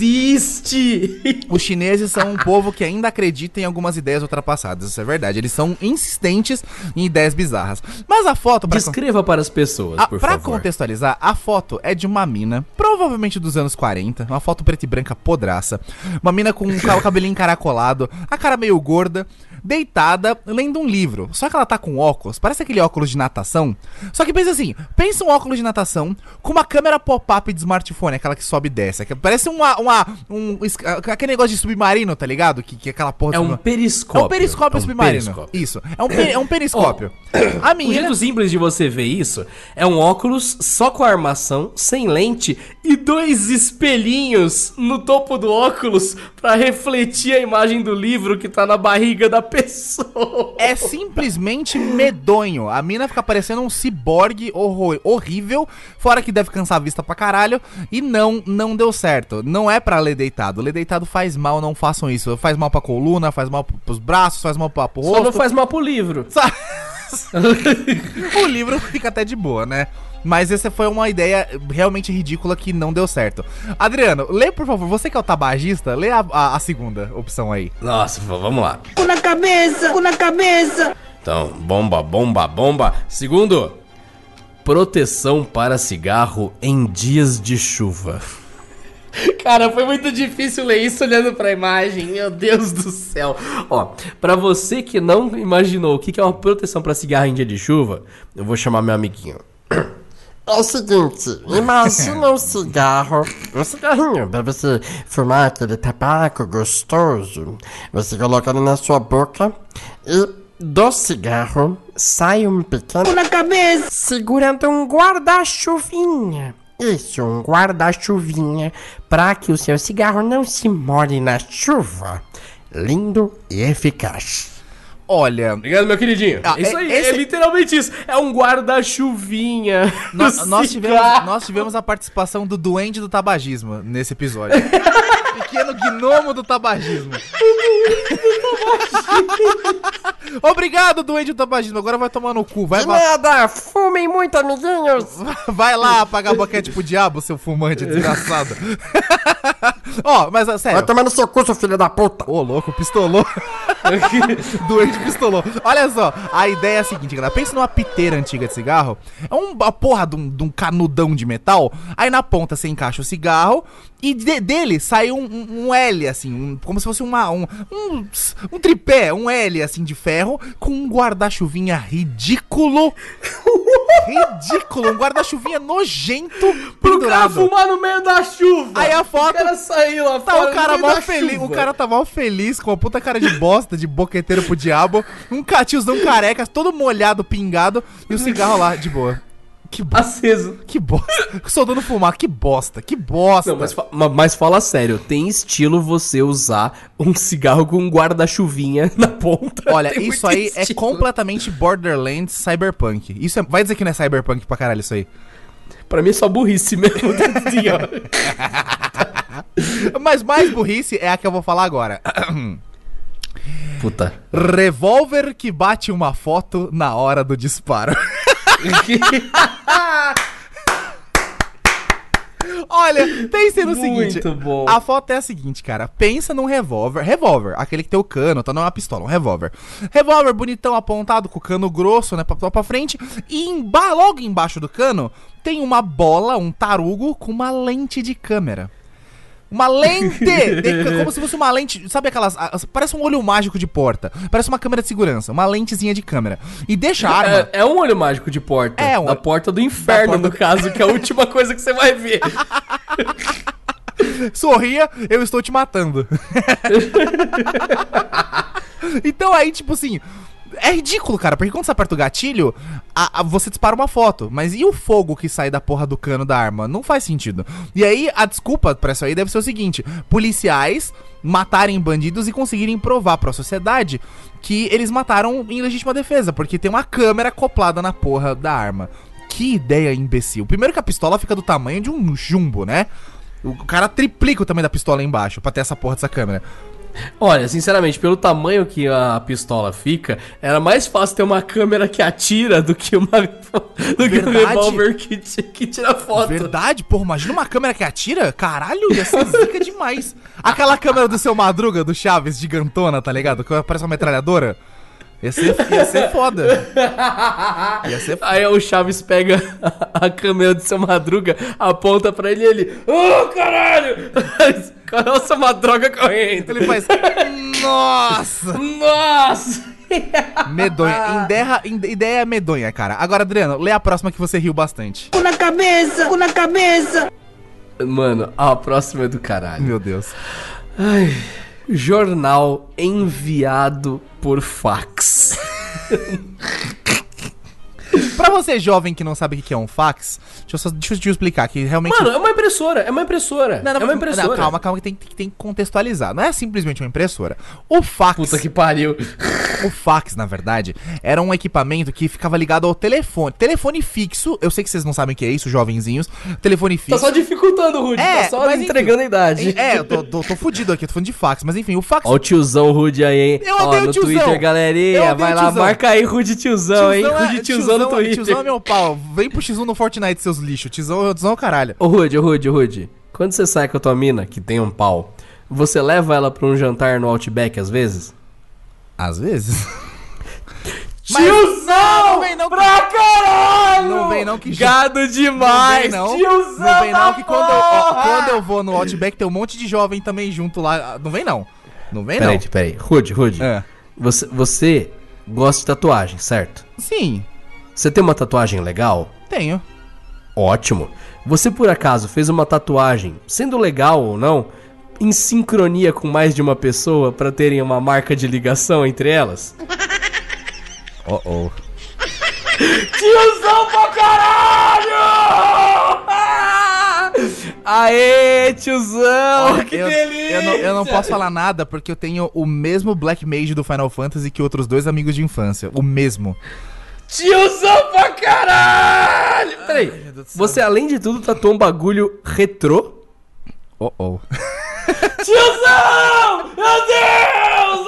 existe! Os chineses são um povo que ainda acredita em algumas ideias ultrapassadas, isso é verdade. Eles são insistentes em ideias bizarras. Mas a foto... Pra Descreva para as pessoas, Ah, por pra favor. contextualizar, a foto é de uma mina, provavelmente dos anos quarenta, uma foto preta e branca podraça, uma mina com o ca- o cabelinho encaracolado, a cara meio gorda, deitada, lendo um livro. Só que ela tá com óculos, parece aquele óculos de natação. Só que pensa assim, pensa um óculos de natação com uma câmera pop-up de smartphone, aquela que sobe e desce. que Parece uma, uma um, es- aquele negócio de submarino, tá ligado? Que, que aquela porra... É de um sub- periscópio. É um periscópio É um submarino. periscópio. Isso, é um, pe- é um periscópio. a O menina... jeito simples de você ver isso é um óculos só com armação, sem lente e dois espelhinhos no topo do óculos pra refletir a imagem do livro que tá na barriga da pessoa. É simplesmente medonho. A mina fica parecendo um ciborgue horror, horrível, fora que deve cansar a vista pra caralho, e não, não deu certo. Não é pra ler deitado. Ler deitado faz mal, não façam isso. Faz mal pra coluna, faz mal pros braços, faz mal pra, pro Só rosto. não faz mal pro livro. Sa- o livro fica até de boa, né? Mas essa foi uma ideia realmente ridícula que não deu certo. Adriano, lê por favor, você que é o tabagista, lê a, a, a segunda opção aí. Nossa, v- vamos lá. Cu na cabeça, cu na cabeça. Então, bomba, bomba, bomba. Segundo, proteção para cigarro em dias de chuva. Cara, foi muito difícil ler isso olhando pra imagem. Meu Deus do céu. Ó, pra você que não imaginou o que que é uma proteção pra cigarro em dia de chuva, eu vou chamar meu amiguinho. É o seguinte, imagina um cigarro, um cigarrinho pra você fumar aquele tabaco gostoso. Você coloca ele na sua boca e do cigarro sai um pequeno Na cabeça. segurando um guarda-chuvinha. Isso, um guarda-chuvinha pra que o seu cigarro não se molhe na chuva. Lindo e eficaz. Olha, Obrigado, meu queridinho. Ah, isso é- aí, esse- é literalmente isso. É um guarda-chuvinha. nós, do nós, tivemos, cigarro. nós tivemos a participação do duende do tabagismo nesse episódio. Pequeno gnomo do tabagismo. Obrigado, duende do tabagismo. Agora vai tomar no cu. Vai, De vai, nada, fumem muito, amiguinhos. vai lá pagar boquete pro diabo, seu fumante desgraçado. Ó, mas ah, sério. Vai tomar no seu cu, seu filho da puta. Ô, louco, pistolou. Doente pistolou. Olha só, a ideia é a seguinte, galera. Pensa numa piteira antiga de cigarro. É uma porra de um, de um canudão de metal. Aí na ponta você encaixa o cigarro e de- dele sai um, um- um L, assim, um- como se fosse uma, um, um, um tripé, um L, assim, de ferro, com um guarda-chuvinha ridículo. Ridículo, um guarda-chuvinha nojento Pro cara pendurado. fumar no meio da chuva. Aí a foto- O cara saiu lá Tá fora o cara no meio mó da feliz, o chuva. cara tá mó feliz com a puta cara de bosta, de boqueteiro pro diabo, um catiozão careca, todo molhado, pingado, e o cigarro lá, de boa. Que bosta, Aceso. que bosta. Soldando fumar, que bosta, que bosta. Não, mas, fa- ma- mas fala sério, tem estilo você usar um cigarro com um guarda-chuvinha na ponta? Olha, Tem isso muito aí é estilo. completamente Borderlands Cyberpunk. Isso é, vai dizer que não é Cyberpunk pra caralho isso aí. Pra mim é só burrice mesmo. assim, ó. Mas mais burrice é a que eu vou falar agora. Puta. Revólver que bate uma foto na hora do disparo. Olha, pense no seguinte. Muito bom. A foto é a seguinte, cara. Pensa num revólver. Revólver, aquele que tem o cano, tá? Não é uma pistola, um revólver. Revólver bonitão apontado, com o cano grosso, né? Pra, pra frente. E emba logo embaixo do cano tem uma bola, um tarugo, com uma lente de câmera. Uma lente! de- como se fosse uma lente. Sabe aquelas. as- Parece um olho mágico de porta. Parece uma câmera de segurança. Uma lentezinha de câmera. E deixa a arma. É, é um olho mágico de porta. É, um- Da porta do inferno, Da porta no caso, que é a última coisa que você vai ver. Sorria, eu estou te matando. Então aí, tipo assim, é ridículo, cara, porque quando você aperta o gatilho, a- a- você dispara uma foto. Mas e o fogo que sai da porra do cano da arma? Não faz sentido. E aí, a desculpa pra isso aí deve ser o seguinte: policiais matarem bandidos e conseguirem provar pra sociedade que eles mataram em legítima defesa, porque tem uma câmera acoplada na porra da arma. Que ideia imbecil. Primeiro que a pistola fica do tamanho de um jumbo, né? O cara triplica o tamanho da pistola embaixo pra ter essa porra dessa câmera. Olha, sinceramente, pelo tamanho que a pistola fica, era mais fácil ter uma câmera que atira do que uma do que um Verdade. revólver que, ti- que tira foto. Verdade, porra, imagina uma câmera que atira. Caralho, ia ser zica demais. Aquela câmera do seu Madruga, do Chaves, gigantona, tá ligado? Que parece uma metralhadora. Ia ser, ia ser foda. Ia ser foda. Aí o Chaves pega a câmera do seu Madruga, aponta pra ele e ele... Ô, caralho! Nossa, uma droga correndo. Ele faz. Nossa! Nossa! Medonha. Ideia, ideia medonha, cara. Agora, Adriano, lê a próxima que você riu bastante. Na cabeça. Na cabeça. Mano, a próxima é do caralho. Meu Deus. Ai, jornal enviado por fax. Pra você jovem que não sabe o que é um fax, deixa eu, só, deixa eu te explicar que realmente. Mano, é uma impressora, é uma impressora. Não, não, é uma impressora. não, calma, calma, que tem, que tem que contextualizar. Não é simplesmente uma impressora. O fax. Puta que pariu. O fax, na verdade, era um equipamento que ficava ligado ao telefone. Telefone fixo, eu sei que vocês não sabem o que é isso, jovenzinhos. Telefone Tá fixo. só dificultando, Rudy. É, tá só mas entregando enfim. a idade. É, eu tô, tô, tô fudido aqui, tô falando de fax. Mas enfim, o fax. Ó o tiozão Rude aí, hein? Eu Ó, odeio no tiozão. Twitter, Eu galerinha. odeio Vai lá, tiozão. marca aí Rude tiozão, hein? é- Rude tiozão no Twitter. Tiozão é meu pau. Vem pro X um no Fortnite, seus lixos. Tiozão, tiozão é o caralho. Ô, Rude, ô, Rude, ô, Rude. Quando você sai com a tua mina, que tem um pau, você leva ela pra um jantar no Outback às vezes? Às vezes. Tiozão! Não vem não que- Pra caralho! Não vem não que- Gado demais! Não vem não. Tiozão Não vem não da que quando eu, ó, porra! quando eu vou no Outback tem um monte de jovem também junto lá. Não vem não. Não vem Peraí, não. peraí. Rude, Rude. É. Você, você gosta de tatuagem, certo? Sim, Você tem uma tatuagem legal? tenho. Ótimo. Você por acaso fez uma tatuagem, sendo legal ou não, em sincronia com mais de uma pessoa pra terem uma marca de ligação entre elas? Oh, oh. Tiozão pra caralho! Aê, tiozão! Olha, que eu, delícia! Eu não, eu não posso falar nada porque eu tenho o mesmo Black Mage do Final Fantasy que outros dois amigos de infância. O mesmo. Tiozão pra caralho! Peraí, você além de tudo tatuou um bagulho retrô? Oh, oh. Tiozão! Meu Deus!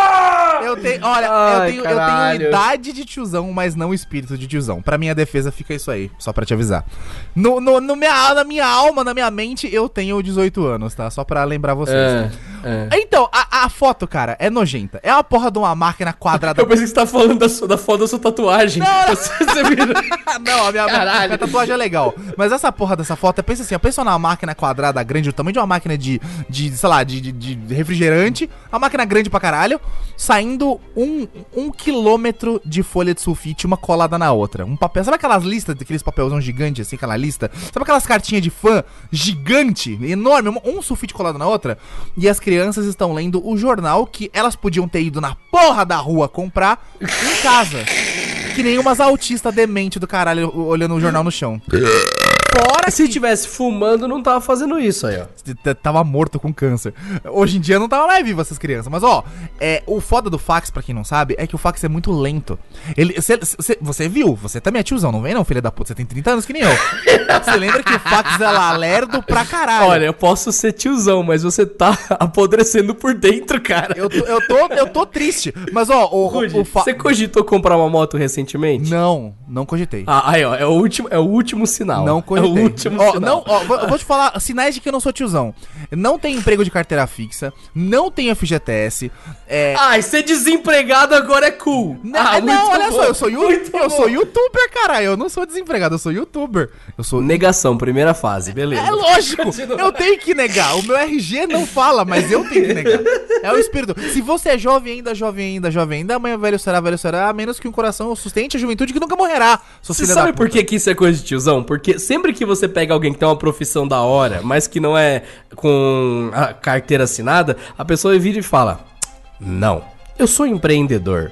Ah! Eu tenho, olha, Ai, eu, tenho, eu tenho caralho. idade de tiozão, mas não espírito de tiozão. Pra minha defesa fica isso aí, só pra te avisar. No, no, no minha, na minha alma, na minha mente, eu tenho dezoito anos, tá? Só pra lembrar vocês. É, é. Então, a, a foto, cara, é nojenta. É uma porra de uma máquina quadrada. Eu pensei que você tá falando da, sua, da foto da sua tatuagem. Não, não. Você, você vira... Não, a minha, Caralho. minha tatuagem é legal. Mas essa porra dessa foto, pensa assim, pensa numa máquina quadrada grande, o tamanho de uma máquina de, de sei lá, de, de, de refrigerante. Uma máquina grande pra caralho, saindo um, um quilômetro de folha de sulfite, uma colada na outra. Um papel, sabe aquelas listas, aqueles papelzão gigante, assim, aquela lista? Sabe aquelas cartinhas de fã gigante, enorme, um, um sulfite colado na outra? E as crianças estão lendo o jornal que elas podiam ter ido na porra da rua comprar em casa. Que nem umas autistas dementes do caralho olhando o jornal no chão. Fora Se que tivesse fumando, não tava fazendo isso aí, ó. t- tava morto com câncer. Hoje em dia não tava mais vivo essas crianças. Mas ó, é, o foda do fax, pra quem não sabe, é que o fax é muito lento. Ele, cê, cê, você viu? Você também é tiozão, não vem não, filha da puta? Você tem trinta anos que nem eu. Você lembra que o fax é lá lerdo pra caralho. Olha, eu posso ser tiozão, mas você tá apodrecendo por dentro, cara. Eu tô, eu tô, eu tô triste. Mas ó, o, Rude, o, o fa... você cogitou comprar uma moto recentemente? Não, não cogitei. Ah, aí, ó, é o último, é o último sinal. Não É cogitei. o último Ó, sinal. não, ó, vou- eu vou te falar sinais de que eu não sou tiozão. Não tenho emprego de carteira fixa, não tenho F G T S. É... Ai, ser desempregado agora é cool. Não, ah, não, muito olha bom, só, eu sou, yu- muito eu bom. sou youtuber, caralho. Eu não sou desempregado, eu sou youtuber. Eu sou. Negação, primeira fase, beleza. É lógico, Continua. eu tenho que negar. O meu R G não fala, mas eu tenho que negar. É o espírito. Se você é jovem ainda, jovem ainda, jovem ainda, amanhã velho será, velho será, a menos que um coração sustente a juventude que nunca morrerá. Sou Você filha sabe da por puta. que, que isso é coisa de tiozão? Porque sempre que você pega alguém que tem uma profissão da hora, mas que não é com a carteira assinada, a pessoa vira e fala: não, eu sou empreendedor.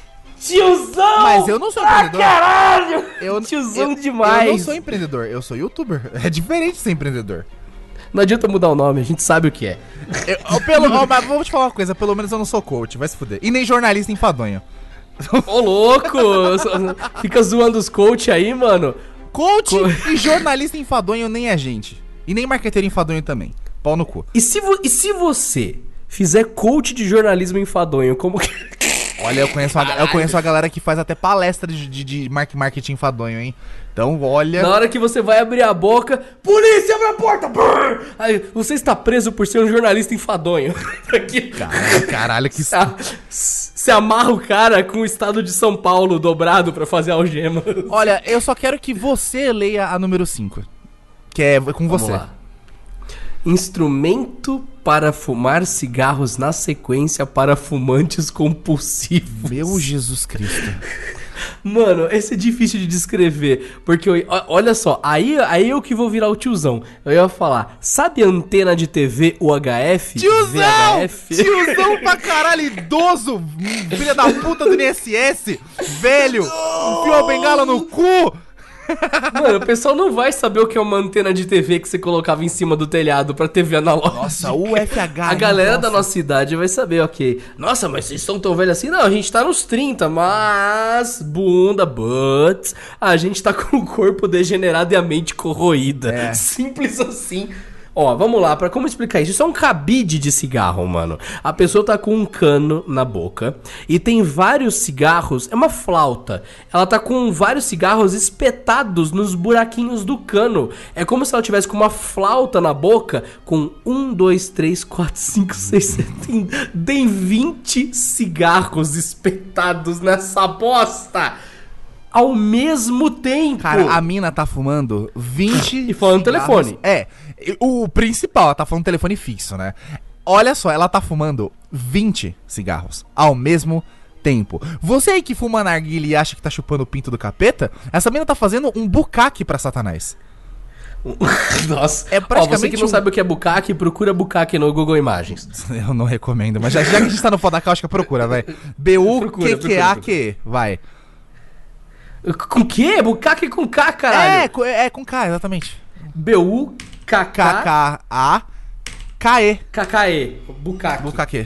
Tiozão! Mas eu não sou empreendedor. Caralho! Eu, Tiozão eu- demais. Eu não sou empreendedor, eu sou youtuber. É diferente de ser empreendedor. Não adianta mudar o nome, a gente sabe o que é. Eu, eu- pelo, ó, mas vou te falar uma coisa, pelo menos eu não sou coach, vai se fuder. E nem jornalista enfadonho. Ô, louco! Fica zoando os coach aí, mano. Coach Co- e jornalista enfadonho nem é gente. E nem marqueteiro enfadonho também. Pau no cu. E se, vo- e se você fizer coach de jornalismo enfadonho, como que... Olha, eu conheço, uma, eu conheço a galera que faz até palestra de, de, de mark- marketing enfadonho, hein? Então, olha... Na hora que você vai abrir a boca, polícia, abre a porta! Brrr! Aí, você está preso por ser um jornalista enfadonho. Aqui. Caralho, caralho, que... Ah, Você amarra o cara com o estado de São Paulo dobrado pra fazer algema. Olha, eu só quero que você leia a número cinco. Que é com Vamos você. lá. Instrumento para fumar cigarros na sequência para fumantes compulsivos. Meu Jesus Cristo. Mano, esse é difícil de descrever. Porque, eu- ó- olha só, aí, aí eu que vou virar o tiozão. Eu ia falar, sabe a antena de T V U H F? Tiozão! V H F? Tiozão pra caralho, idoso! Filha da puta do I N S S! Velho! Enfiou a bengala no cu! Mano, o pessoal não vai saber o que é uma antena de T V que você colocava em cima do telhado pra T V analógica. Nossa, U F H. A galera da nossa idade vai saber, ok. Nossa, mas vocês são tão velhos assim? Não, a gente tá nos trinta, mas... Bunda, butts... A gente tá com o corpo degenerado e a mente corroída. É. Simples assim. Ó, vamos lá, pra como explicar isso? Isso é um cabide de cigarro, mano. A pessoa tá com um cano na boca e tem vários cigarros, é uma flauta. Ela tá com vários cigarros espetados nos buraquinhos do cano. É como se ela tivesse com uma flauta na boca com um, dois, três, quatro, cinco, seis, sete... Tem vinte cigarros espetados nessa bosta ao mesmo tempo. Cara, a mina tá fumando vinte... E falando cigarros. telefone. É, o principal, ela tá falando telefone fixo, né? Olha só, ela tá fumando vinte cigarros ao mesmo tempo. Você aí que fuma narguilha e acha que tá chupando o pinto do capeta, essa mina tá fazendo um bucaque pra Satanás. Nossa, é praticamente ó, você que não um... sabe o que é bucaque, procura bucaque no Google Imagens. Eu não recomendo, mas já, já que a gente tá no Foda Cáustica, procura, vai. B U Q Q A Q, vai. Com o quê? Bucaque com K, caralho. É, co- é com K, exatamente. B U K K K K A K E. K K E. Bucaque. Bucaque.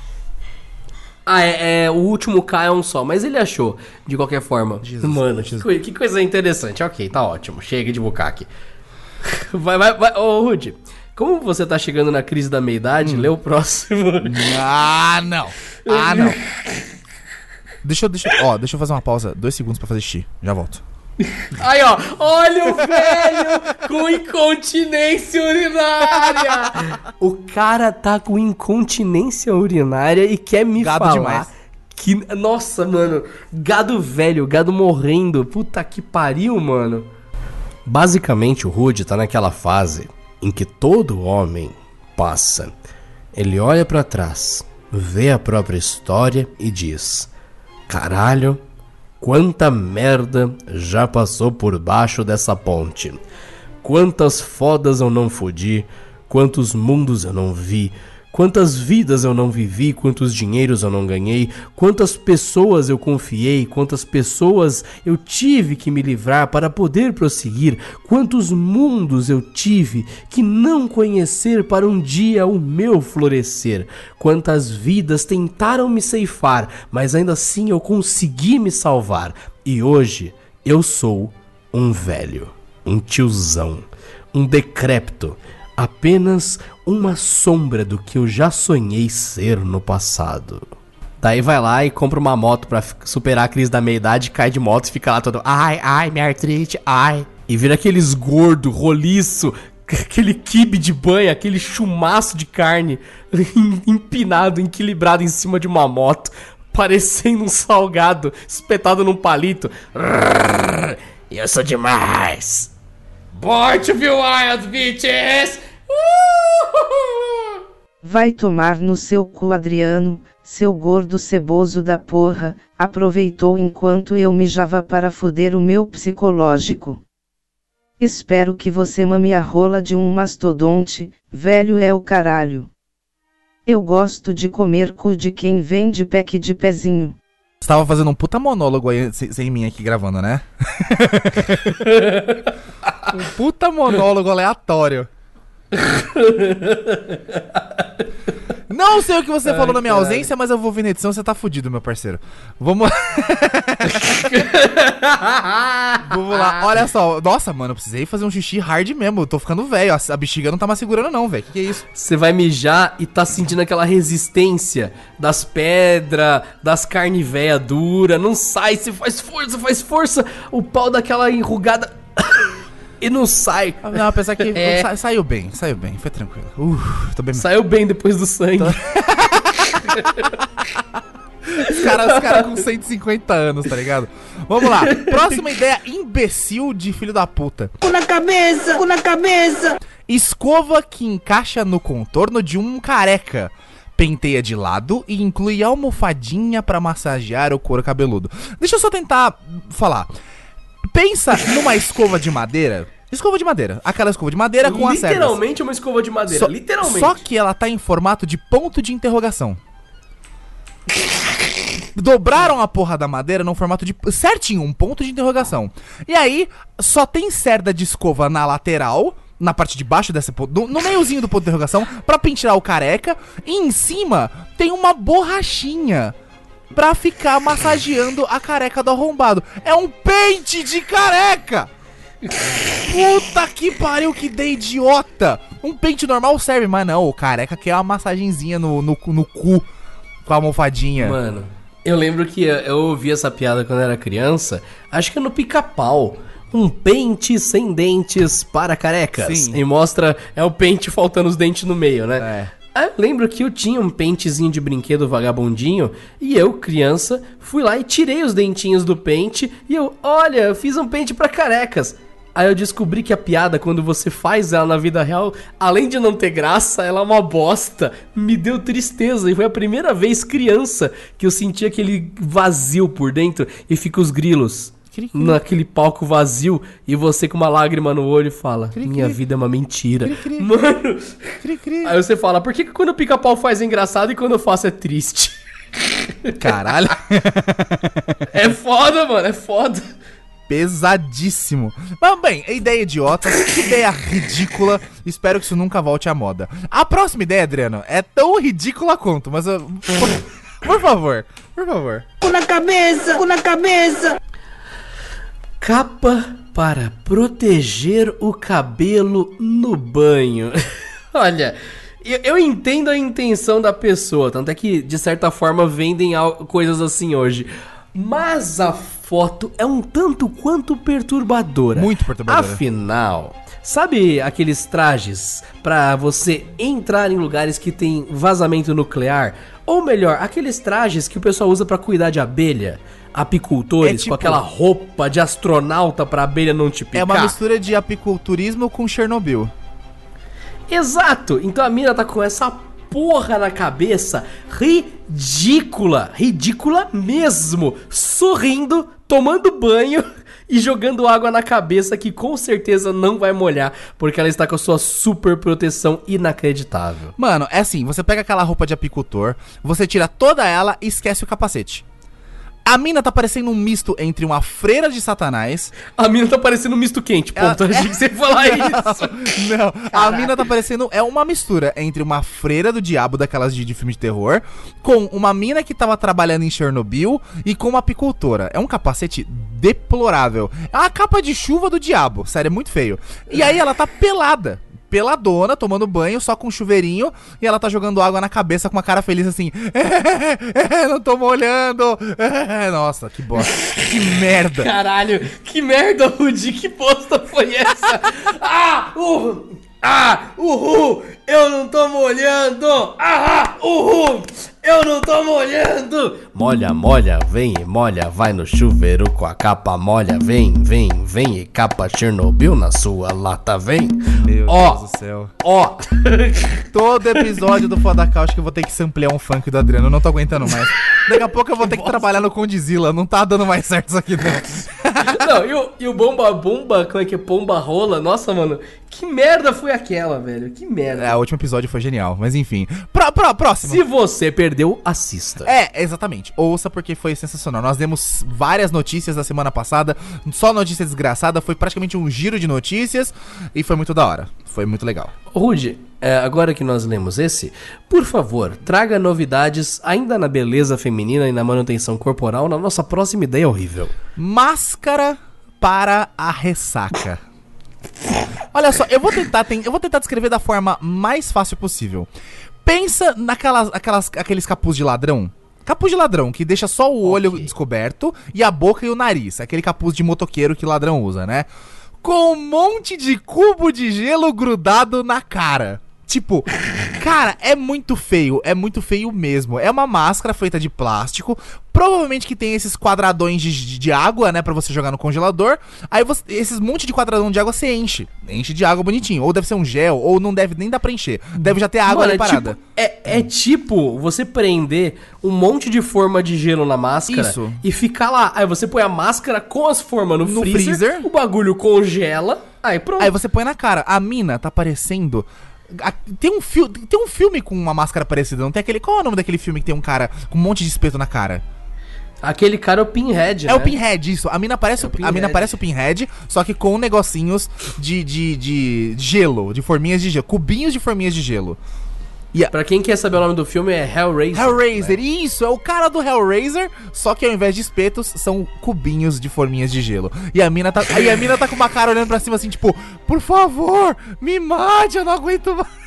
Ah, é, é, o último K é um só, mas ele achou, de qualquer forma. Jesus, Mano, Jesus. Que, coi- que coisa interessante. Ok, tá ótimo. Chega de bucaque. Vai, vai, vai. Ô, Rudy, como você tá chegando na crise da meia-idade, lê o próximo. Ah, não. Ah, não. Deixa eu, deixa eu, ó, deixa eu fazer uma pausa, dois segundos pra fazer xixi. Já volto. Aí, ó, olha o velho com incontinência urinária. O cara tá com incontinência urinária e quer me Gado falar demais. que... Nossa, mano, gado velho, gado morrendo. Puta que pariu, mano. Basicamente, o Rudy tá naquela fase em que todo homem passa. Ele olha pra trás, vê a própria história e diz: caralho, quanta merda já passou por baixo dessa ponte. Quantas fodas eu não fodi, quantos mundos eu não vi, quantas vidas eu não vivi, quantos dinheiros eu não ganhei, quantas pessoas eu confiei, quantas pessoas eu tive que me livrar para poder prosseguir, quantos mundos eu tive que não conhecer para um dia o meu florescer, quantas vidas tentaram me ceifar, mas ainda assim eu consegui me salvar, e hoje eu sou um velho, um tiozão, um decrépito, apenas uma sombra do que eu já sonhei ser no passado. Daí vai lá e compra uma moto pra f- superar a crise da meia-idade, cai de moto e fica lá todo ai, ai, minha artrite, ai. E vira aqueles gordo, roliço, aquele quibe de banha, aquele chumaço de carne empinado, equilibrado em cima de uma moto, parecendo um salgado espetado num palito. Eu sou demais. Born to be wild, bitches! Uh! Vai tomar no seu cu, Adriano, seu gordo ceboso da porra, aproveitou enquanto eu mijava para foder o meu psicológico. Espero que você mame a rola de um mastodonte, velho é o caralho. Eu gosto de comer cu de quem vende pack de pezinho. Você tava fazendo um puta monólogo aí, sem, sem mim aqui gravando, né? Um puta monólogo aleatório. Não sei o que você Ai, falou na minha caralho. ausência, mas eu vou ver na edição, você tá fudido, meu parceiro. Vamos Vamos lá, olha só. Nossa, mano, eu precisei fazer um xixi hard mesmo. Eu tô ficando velho, a, a bexiga não tá mais segurando não, velho. Que que é isso? Você vai mijar e tá sentindo aquela resistência das pedras, das carne véia dura, não sai, você faz força, faz força, o pau dá aquela enrugada e não sai. Não, apesar que É. sa- saiu bem, saiu bem, foi tranquilo. Uh, tô bem. Saiu bem depois do sangue. Os caras cara com cento e cinquenta anos, tá ligado? Vamos lá. Próxima ideia imbecil de filho da puta. Cu na cabeça, cu na cabeça. Escova que encaixa no contorno de um careca. Penteia de lado e inclui almofadinha pra massagear o couro cabeludo. Deixa eu só tentar falar. Pensa numa escova de madeira. Escova de madeira. Aquela escova de madeira com as cerdas. Literalmente uma escova de madeira, Só, literalmente. só que ela tá em formato de ponto de interrogação. Dobraram a porra da madeira num formato de... certinho, um ponto de interrogação. E aí, só tem cerda de escova na lateral, na parte de baixo dessa... No, no meiozinho do ponto de interrogação, pra pentear o careca. E em cima, tem uma borrachinha pra ficar massageando a careca do arrombado. É um pente de careca! Puta que pariu, que ideia idiota! Um pente normal serve, mas não, o careca quer uma massagenzinha no, no, no cu com a almofadinha. Mano, eu lembro que eu ouvi essa piada quando era criança, acho que é no Pica-Pau. Um pente sem dentes para carecas. Sim. E mostra, é o pente faltando os dentes no meio, né? É. Ah, eu lembro que eu tinha um pentezinho de brinquedo vagabundinho e eu, criança, fui lá e tirei os dentinhos do pente e eu, olha, eu fiz um pente pra carecas. Aí eu descobri que a piada, quando você faz ela na vida real, além de não ter graça, ela é uma bosta. Me deu tristeza. E foi a primeira vez, criança, que eu senti aquele vazio por dentro e fica os grilos Cri, cri. naquele palco vazio e você com uma lágrima no olho fala, Cri, minha cri. vida é uma mentira. Cri, cri. Mano, Cri, cri. aí você fala, por que, que quando o pica-pau faz é engraçado e quando eu faço é triste? Caralho. É foda, mano, é foda. Pesadíssimo. Mas bem, a ideia idiota, que ideia ridícula. Espero que isso nunca volte à moda. A próxima ideia, Adriano, é tão ridícula quanto, mas eu... Por, por favor, por favor. Na cabeça, na cabeça. Capa para proteger o cabelo no banho. Olha, eu, eu entendo a intenção da pessoa, tanto é que, de certa forma, vendem al- coisas assim hoje. Mas a foto é um tanto quanto perturbadora. Muito perturbadora. Afinal, sabe aqueles trajes pra você entrar em lugares que tem vazamento nuclear? Ou melhor, aqueles trajes que o pessoal usa pra cuidar de abelha? Apicultores, É tipo- com aquela roupa de astronauta pra abelha não te picar. É uma mistura de apiculturismo com Chernobyl. Exato! Então a mina tá com essa porra na cabeça, ridícula, ridícula mesmo, sorrindo, tomando banho e jogando água na cabeça que com certeza não vai molhar, porque ela está com a sua super proteção inacreditável. Mano, é assim, você pega aquela roupa de apicultor, você tira toda ela e esquece o capacete. A mina tá parecendo um misto entre uma freira de Satanás... A mina tá parecendo um misto quente, ponto. Ela- Achei que você ia falar isso. Não, a mina tá parecendo... É uma mistura entre uma freira do diabo, daquelas de, de filme de terror, com uma mina que tava trabalhando em Chernobyl e com uma apicultora. É um capacete deplorável. É uma capa de chuva do diabo. Sério, é muito feio. E aí ela tá pelada. Peladona, tomando banho, só com um chuveirinho, e ela tá jogando água na cabeça com uma cara feliz assim. É, não tô molhando. É, nossa, que bosta. Que merda. Caralho, que merda, Rudy, que bosta foi essa? Ah, uhul, ah, uhul, eu não tô molhando. Ah, uhul, eu não tô molhando. Molha, molha, vem e molha, vai no chuveiro com a capa molha, vem, vem, vem e capa Chernobyl na sua lata, vem. Meu Ó, Deus do céu. ó. Todo episódio do Foda Cáustica eu vou ter que samplear um funk do Adriano, eu não tô aguentando mais. Daqui a pouco eu vou ter que trabalhar no Condizila, não tá dando mais certo isso aqui não. Não, e o, e o bomba bomba, como é que é? Pomba rola, nossa, mano, que merda foi aquela, velho, que merda. É, o último episódio foi genial, mas enfim. Pró, pró, próximo. Se você perdeu, assista. É, exatamente. Ouça porque foi sensacional. Nós demos várias notícias da semana passada, só notícia desgraçada, foi praticamente um giro de notícias e foi muito da hora. Foi muito legal. Rude, é, agora que nós lemos esse, por favor, traga novidades ainda na beleza feminina e na manutenção corporal na nossa próxima ideia horrível. Máscara para a ressaca. Olha só, eu vou tentar, tem- eu vou tentar descrever da forma mais fácil possível. Pensa naquelas, aquelas, aqueles capuz de ladrão. Capuz de ladrão, que deixa só o olho descoberto e a boca e o nariz. Aquele capuz de motoqueiro que ladrão usa, né? Com um monte de cubo de gelo grudado na cara. Tipo, cara, é muito feio, é muito feio mesmo. É uma máscara feita de plástico, provavelmente que tem esses quadradões de, de, de água, né, pra você jogar no congelador. Aí você, esses monte de quadradão de água você enche, enche de água bonitinho. Ou deve ser um gel, ou não deve nem dar pra encher. Deve já ter água Mano, ali é parada. tipo, é, é tipo você prender um monte de forma de gelo na máscara Isso. e ficar lá. Aí você põe a máscara com as formas no, No freezer, freezer. o bagulho congela, aí pronto. Aí você põe na cara. A mina tá parecendo... a- Tem um, fil- tem um filme com uma máscara parecida, não tem aquele... Qual é o nome daquele filme que tem um cara com um monte de espeto na cara? Aquele cara é o Pinhead, É né? o Pinhead, isso. A mina parece, É o o, a mina Pinhead. parece o Pinhead, só que com negocinhos de, de, de gelo, de forminhas de gelo. Cubinhos de forminhas de gelo. Pra quem quer saber o nome do filme, é Hellraiser. Hellraiser, isso, é o cara do Hellraiser, só que ao invés de espetos, são cubinhos de forminhas de gelo. E a mina tá, aí a mina tá com uma cara olhando pra cima assim, tipo, por favor, me mate, eu não aguento mais.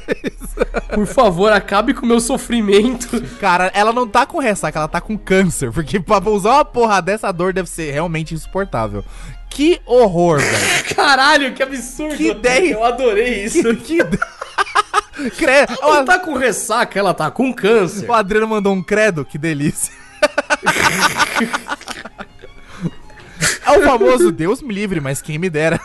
Por favor, acabe com o meu sofrimento. Cara, ela não tá com ressaca, ela tá com câncer, porque pra usar uma porra dessa dor deve ser realmente insuportável. Que horror, velho. Caralho, que absurdo. Que ideia. Eu adorei isso. Que, que... Credo. Ela não tá com ressaca, ela tá com câncer. O Adriano mandou um credo, que delícia. É o famoso Deus me livre, mas quem me dera.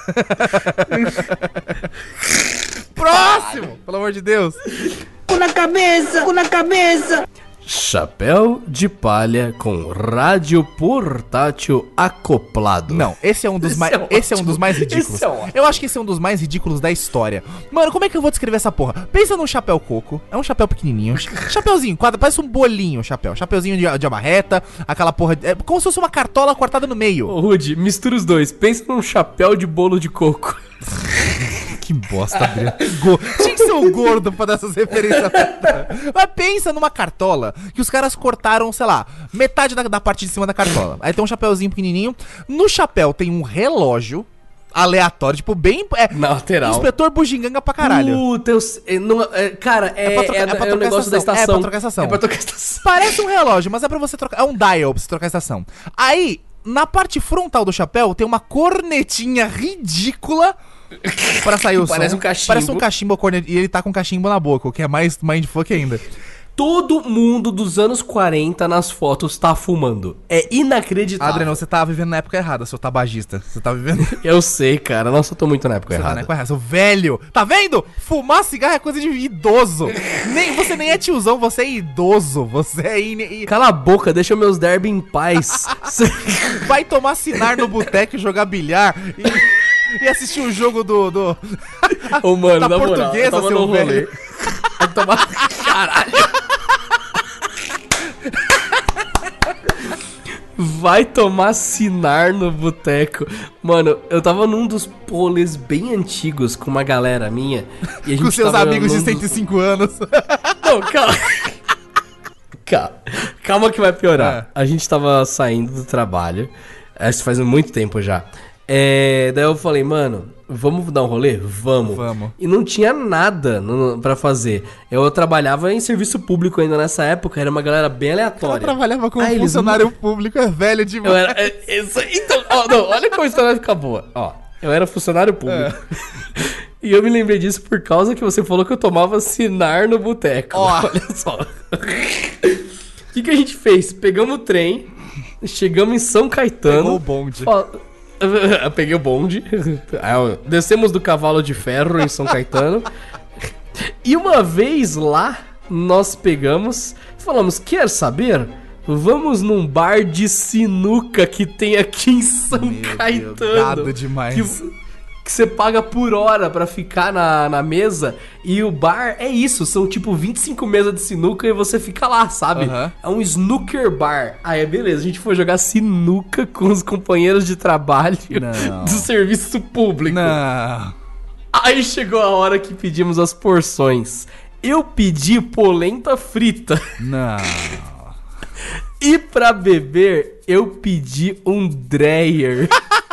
Próximo, pelo amor de Deus. Com na cabeça, com na cabeça. Chapéu de palha com rádio portátil acoplado. Não, esse é um dos Esse mais, é esse é um ótimo. dos mais ridículos. Esse é ótimo. Eu acho que esse é um dos mais ridículos da história. Mano, como é que eu vou descrever essa porra? Pensa num chapéu coco. É um chapéu pequenininho. Chapeuzinho, quadra, parece um bolinho, o chapéu. Chapeuzinho de, de abarreta, aquela porra, é como se fosse uma cartola cortada no meio. Ô, Rude, mistura os dois. Pensa num chapéu de bolo de coco. Que bosta, Adriano. Go- Tinha que ser um gordo pra dar essas referências. Mas pensa numa cartola que os caras cortaram, sei lá, metade da, da parte de cima da cartola. Aí tem um chapéuzinho pequenininho. No chapéu tem um relógio aleatório, tipo, bem... É, Na lateral. inspetor bugiganga pra caralho. Puta, eu, é, não, é, cara, é, É pra trocar- é, é pra é o trocar negócio da estação. estação. É pra trocar estação. É pra trocar a estação. Parece um relógio, mas é pra você trocar... É um dial pra você trocar a estação. Aí, na parte frontal do chapéu, tem uma cornetinha ridícula... Pra sair o Parece som. um cachimbo. Parece um cachimbo cornet... E ele tá com cachimbo na boca, o que é mais mindfuck ainda. Todo mundo dos anos quarenta nas fotos tá fumando. É inacreditável. Adriano, você tá vivendo na época errada, seu tabagista. Você tá vivendo... Eu sei, cara. Nossa, eu tô muito na época Você tá na errada. época errada, seu velho. Tá vendo? Fumar cigarro é coisa de idoso. nem, você nem é tiozão, você é idoso. Você é... In... in- Cala a boca, deixa meus derby em paz. Vai tomar sinar no boteco e jogar bilhar e, e assistir o jogo do... do... Ô, mano, da na moral, eu portuguesa, tava seu no rolê. velho. Vai tomar... Caralho. Vai tomar sinar no boteco. Mano, eu tava num dos rolês bem antigos com uma galera minha. E a gente Com seus tava amigos de num cento e dos- cinco anos. Não, calma. Calma. Calma que vai piorar. É. A gente tava saindo do trabalho. Isso faz muito tempo já. É, daí eu falei, mano, vamos dar um rolê? Vamos. Vamos. E não tinha nada no, pra fazer. Eu trabalhava em serviço público ainda nessa época. Era uma galera bem Ela aleatória. trabalhava como Ah, eles funcionário público, é velho demais. Eu era. é, isso- então, ó, não, olha como a história vai ficar boa. Ó, eu era funcionário público. E eu me lembrei disso por causa que você falou que eu tomava sinar no boteco. Ó. Olha só. O que, que a gente fez? Pegamos o trem, chegamos em São Caetano. Pegou o bonde. Ó, eu peguei o bonde. Aí eu- Descemos do cavalo de ferro em São Caetano. E uma vez lá, nós pegamos, falamos, quer saber? Vamos num bar de sinuca que tem aqui em São Meu Caetano. Deus, gado demais. Que, que você paga por hora pra ficar na, na mesa. E o bar é isso, são tipo vinte e cinco mesas de sinuca e você fica lá, sabe? Aham. É um snooker bar. Aí, beleza, a gente foi jogar sinuca com os companheiros de trabalho Não. do serviço público. Não. Aí chegou a hora que pedimos as porções. Eu pedi polenta frita. Não. E pra beber, eu pedi um Dreyer.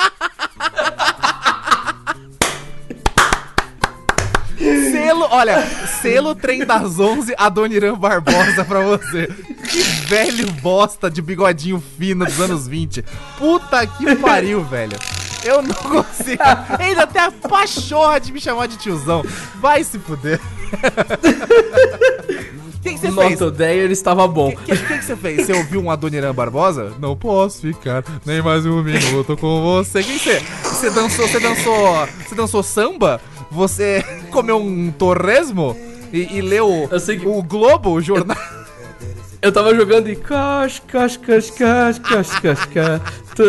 Selo, olha, selo Trem das onze, Adoniran Barbosa pra você. Que velho bosta de bigodinho fino dos anos vinte. Puta que pariu, velho. Eu não consigo. Ainda tem a pachorra de me chamar de tiozão. Vai se fuder. O que que você fez? Nossa, o Dreyer estava bom. O que, que, que você fez? Você ouviu um Adoniran Barbosa? Não posso ficar nem mais um minuto com você. O que que você... Você dançou, você dançou... Você dançou samba? Você comeu um torresmo? E, e leu Eu sei que- o Globo, o jornal? Eu tava jogando e... Cash, cash, cash, cash, cash, cash, cash.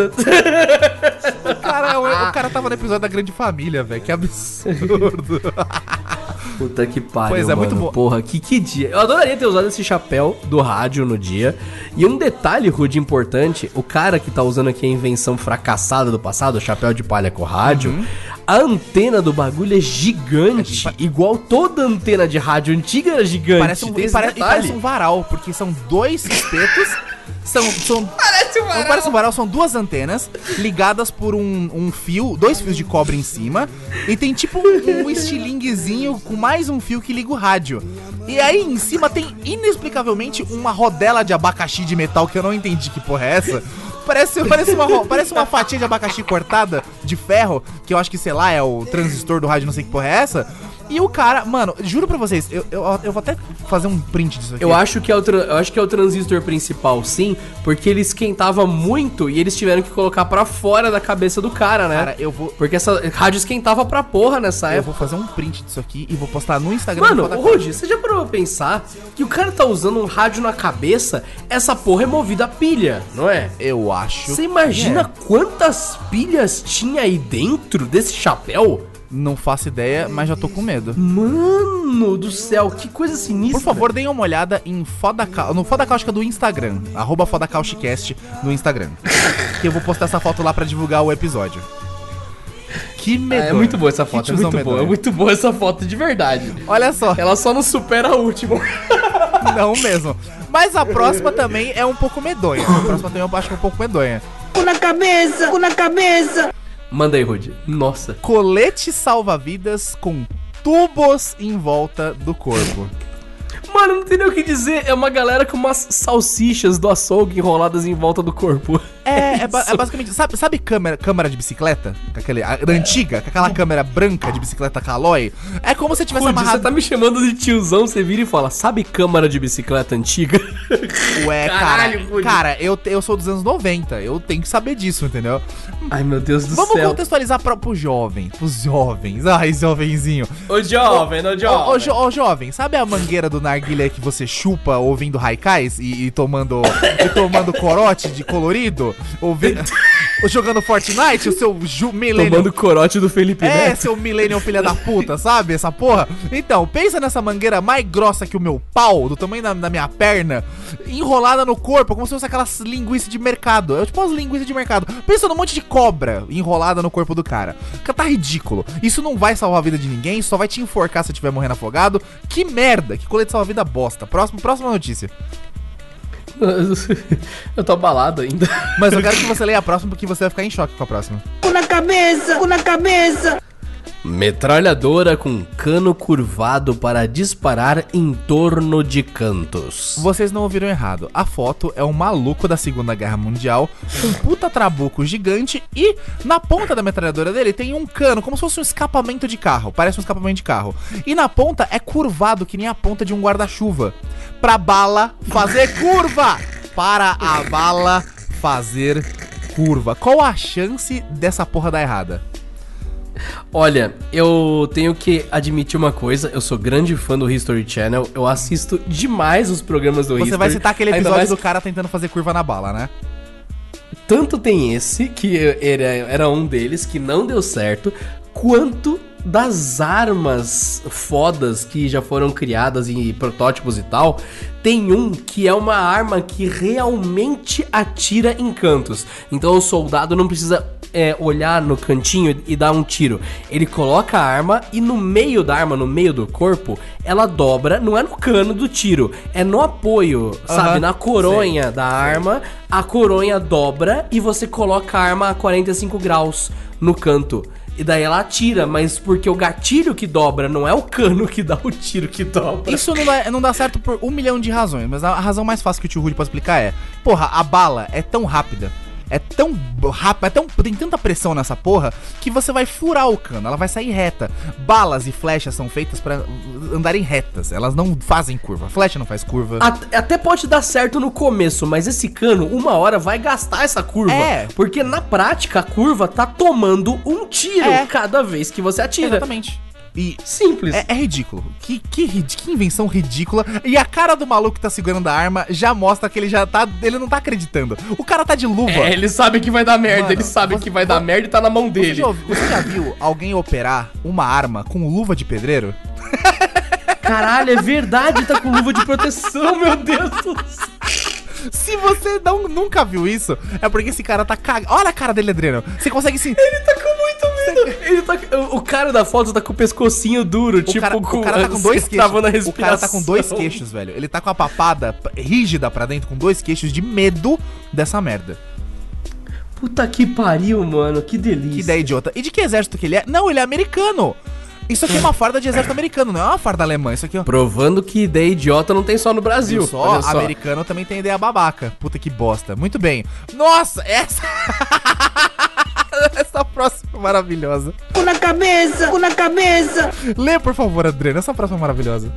O cara, o, o cara tava no episódio da Grande Família, velho. Que absurdo. Puta que pariu, Pois é, mano. muito bom. Porra, que, que dia. Eu adoraria ter usado esse chapéu do rádio no dia. E um detalhe, Rude, importante. O cara que tá usando aqui a invenção fracassada do passado, o chapéu de palha com rádio. Uhum. A antena do bagulho é gigante. Igual toda antena de rádio antiga era gigante. Parece um, Tem e, esse pare- e detalhe. parece um varal, porque são dois espetos. São, são, parece um varal. Parece um varal, são duas antenas ligadas por um, um fio, dois fios de cobre em cima. E tem tipo um, um estilinguezinho com mais um fio que liga o rádio. E aí em cima tem inexplicavelmente uma rodela de abacaxi de metal que eu não entendi que porra é essa. Parece, parece, uma, ro- parece uma fatia de abacaxi cortada de ferro, que eu acho que, sei lá, é o transistor do rádio, não sei que porra é essa. E o cara, mano, juro pra vocês, eu, eu, eu vou até fazer um print disso aqui. Eu acho, que é o tra- eu acho que é o transistor principal, sim, porque ele esquentava muito e eles tiveram que colocar pra fora da cabeça do cara, né? Cara, eu vou... Porque essa rádio esquentava pra porra nessa Eu época. vou fazer um print disso aqui e vou postar no Instagram. Mano, do Foda Rudy, você já parou pra pensar que o cara tá usando um rádio na cabeça? Essa porra é movida a pilha, não é? Eu acho. Você imagina que quantas pilhas tinha aí dentro desse chapéu? é. Não faço ideia, mas já tô com medo. Mano do céu, que coisa sinistra. Por favor, deem uma olhada em Foda Ca- no Foda Cáustica do Instagram, arroba FodaCausticast no Instagram. Que eu vou postar essa foto lá pra divulgar o episódio. Que Ah, medo. é muito boa essa foto, é muito boa, é medonho. muito boa essa foto de verdade. Olha só, Ela só não supera a última. não mesmo. Mas a próxima também é um pouco medonha. A próxima também eu acho que é um pouco medonha. Cu na cabeça, cu na cabeça. Manda aí, Rudy. Nossa. Colete salva-vidas com tubos em volta do corpo. Mano, não tem nem o que dizer. É uma galera com umas salsichas do açougue enroladas em volta do corpo. É, é, ba- é basicamente. Sabe, sabe câmera, câmera de bicicleta? Com aquele, a, da antiga, com aquela câmera branca de bicicleta Caloi? É como se tivesse Rudy, amarrado. você tá me chamando de tiozão, você vira e fala, sabe câmara de bicicleta antiga? Ué, Caralho, cara. Rudy. Cara, eu, te- eu sou dos anos noventa. Eu tenho que saber disso, entendeu? Ai, meu Deus do Vamos céu. contextualizar pra, pro jovem. Pros jovens. Ai, jovenzinho. Ô jovem, ô Ô, jovem. ô, jo- ô, jovem, sabe a mangueira do narguilé que você chupa ouvindo haikais e, e tomando e tomando corote de colorido? Ouvi, ou jogando Fortnite, o seu ju, millennial... Tomando corote do Felipe É, Neto. seu millennial filha da puta, sabe? Essa porra. Então, pensa nessa mangueira mais grossa que o meu pau, do tamanho da, da minha perna, enrolada no corpo, como se fosse aquelas linguiças de mercado. É tipo umas linguiças de mercado. Pensa num monte de cobra enrolada no corpo do cara. Tá ridículo. Isso não vai salvar a vida de ninguém, só vai te enforcar se estiver morrendo afogado. Que merda, que colete salva-vida bosta. Próximo, próxima notícia. Eu tô abalado ainda. Mas eu quero que você leia a próxima porque você vai ficar em choque com a próxima. Cu na cabeça, cu na cabeça. Metralhadora com cano curvado para disparar em torno de cantos. Vocês não ouviram errado. A foto é um maluco da Segunda Guerra Mundial com um puta trabuco gigante e na ponta da metralhadora dele tem um cano, como se fosse um escapamento de carro. Parece um escapamento de carro. E na ponta é curvado, que nem a ponta de um guarda-chuva. Pra bala fazer curva! Para a bala fazer curva. Qual a chance dessa porra dar errada? Olha, eu tenho que admitir uma coisa, eu sou grande fã do History Channel, eu assisto demais os programas do Você History. vai citar aquele ainda episódio mais- do cara tentando fazer curva na bala, né? Tanto tem esse, que era, era um deles, que não deu certo, quanto das armas fodas que já foram criadas em protótipos e tal. Tem um que é uma arma que realmente atira em cantos. Então o soldado não precisa é, olhar no cantinho e dar um tiro. Ele coloca a arma e no meio da arma, no meio do corpo, ela dobra, não é no cano do tiro, é no apoio, sabe? Na coronha da arma, a coronha dobra e você coloca a arma a quarenta e cinco graus no canto. E daí ela atira, mas porque o gatilho que dobra não é o cano que dá o tiro que dobra. Isso não dá, não dá certo por um milhão de razões, mas a razão mais fácil que o tio Rudy pode explicar é: porra, a bala é tão rápida, é tão rápida, é tão, tem tanta pressão nessa porra que você vai furar o cano, ela vai sair reta. Balas e flechas são feitas pra andarem retas, elas não fazem curva. Flecha não faz curva. At- Até pode dar certo no começo, mas esse cano, uma hora, vai gastar essa curva. É. Porque na prática, a curva tá tomando um tiro É. cada vez que você atira. Exatamente. E Simples. é, é ridículo. Que, que, rid- que invenção ridícula. E a cara do maluco que tá segurando a arma já mostra que ele já tá. Ele não tá acreditando. O cara tá de luva. É, ele sabe que vai dar merda, Mano, ele sabe você- que vai dar merda e tá na mão Você dele. já, ouviu- você já viu alguém operar uma arma com luva de pedreiro? Caralho, é verdade, tá com luva de proteção, meu Deus do céu. Se você não, nunca viu isso, é porque esse cara tá cagado. Olha a cara dele, Adriano. Você consegue sim. Ele tá com muito medo. Ele tá, o o cara da foto tá com o pescocinho duro, O tipo, cara, com, o cara tá com dois queixos. travando a O respiração. cara tá com dois queixos, velho. Ele tá com a papada p- rígida pra dentro, com dois queixos de medo dessa merda. Puta que pariu, mano, que delícia. Que ideia idiota. E de que exército que ele é? Não, ele é americano. Isso aqui é uma farda de exército americano, não é uma farda alemã. Isso aqui é Provando que ideia idiota não tem só no Brasil. Viu só, olha só. americano também tem ideia babaca. Puta que bosta. Muito bem. Nossa, essa. Essa próxima maravilhosa. Cu na cabeça, cu na cabeça. Lê, por favor, Adriano, essa próxima é maravilhosa.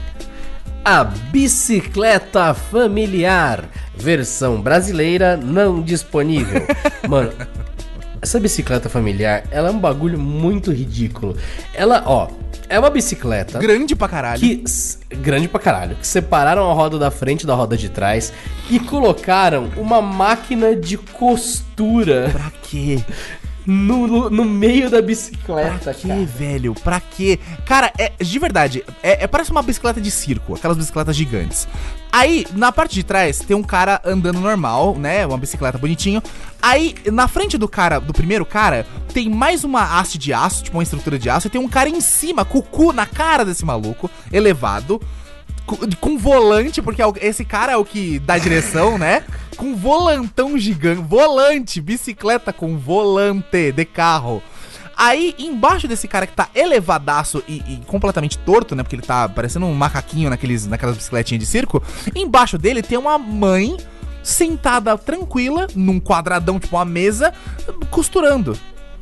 A bicicleta familiar, versão brasileira não disponível. Mano, essa bicicleta familiar, ela é um bagulho muito ridículo. Ela, ó, é uma bicicleta... Grande pra caralho. Que, grande pra caralho. Que separaram a roda da frente da roda de trás e colocaram uma máquina de costura... Pra quê? No, no, no meio da bicicleta, Pra quê, cara? velho? Pra quê? Cara, é, de verdade, é, é- parece uma bicicleta de circo, aquelas bicicletas gigantes. Aí, na parte de trás, tem um cara andando normal, né? Uma bicicleta bonitinho. Aí, na frente do cara, do primeiro cara, tem mais uma haste de aço, tipo uma estrutura de aço, e tem um cara em cima, com o cu na cara desse maluco, elevado, com, com volante, porque é o- esse cara é o que dá direção, né? Com volantão gigante, volante, bicicleta com volante de carro. Aí, embaixo desse cara que tá elevadaço e, e completamente torto, né? Porque ele tá parecendo um macaquinho naqueles, naquelas bicicletinhas de circo. Embaixo dele tem uma mãe sentada tranquila, num quadradão, tipo uma mesa, costurando.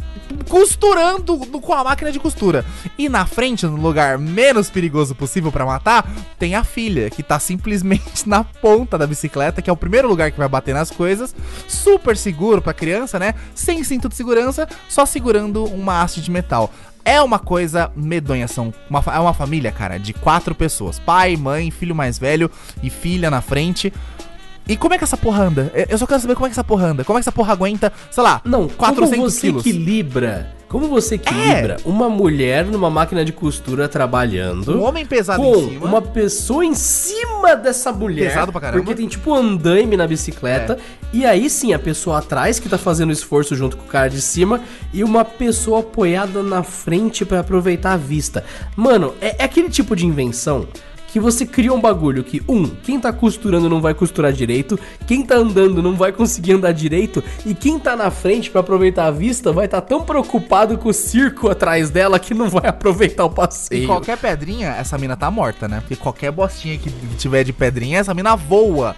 Costurando no- com a máquina de costura. E na frente, no lugar menos perigoso possível pra matar, tem a filha, que tá simplesmente na ponta da bicicleta, que é o primeiro lugar que vai bater nas coisas. Super seguro pra criança, né? Sem cinto de segurança, só segurando uma haste de metal. É uma coisa medonha, são uma, fa- é uma família, cara, de quatro pessoas. Pai, mãe, filho mais velho e filha na frente. E como é que essa porra anda? Eu- Eu só quero saber como é que essa porra anda. Como é que essa porra aguenta, sei lá, Não, quatrocentos como você quilos. equilibra? Como você equilibra uma mulher numa máquina de costura trabalhando Um homem pesado com em cima. uma pessoa em cima dessa mulher? Pesado pra caramba. Porque tem tipo um andaime na bicicleta. E aí sim, a pessoa atrás que tá fazendo esforço junto com o cara de cima e uma pessoa apoiada na frente pra aproveitar a vista. Mano, é, é aquele tipo de invenção que você cria um bagulho que, um, quem tá costurando não vai costurar direito, quem tá andando não vai conseguir andar direito, e quem tá na frente pra aproveitar a vista vai estar tá tão preocupado com o circo atrás dela que não vai aproveitar o E passeio. qualquer pedrinha, essa mina tá morta, né? Porque qualquer bostinha que tiver de pedrinha, essa mina voa.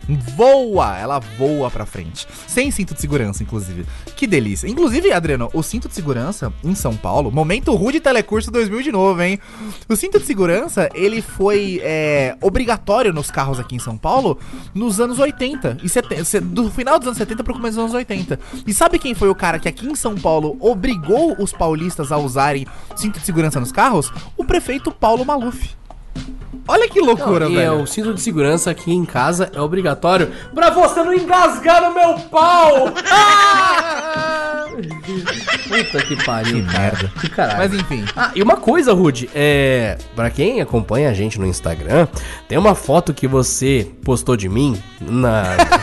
Voa! Ela voa pra frente. Sem cinto de segurança, inclusive. Que delícia. Inclusive, Adriano, o cinto de segurança em São Paulo, momento Rude Telecurso dois mil de novo, hein? O cinto de segurança, ele foi é, obrigatório nos carros aqui em São Paulo nos anos oitenta. E seten- se- do final dos anos setenta pro começo dos anos oitenta. E sabe quem foi o cara que aqui em São Paulo obrigou os paulistas a usarem cinto de segurança nos carros? O prefeito Paulo Maluf. Olha que loucura, Não, e velho. é, o cinto de segurança aqui em casa é obrigatório pra você não engasgar no meu pau! Ah! Puta que pariu. Que merda. Que caralho. Mas enfim. Ah, e uma coisa, Rude, é. Pra quem acompanha a gente no Instagram, tem uma foto que você postou de mim na.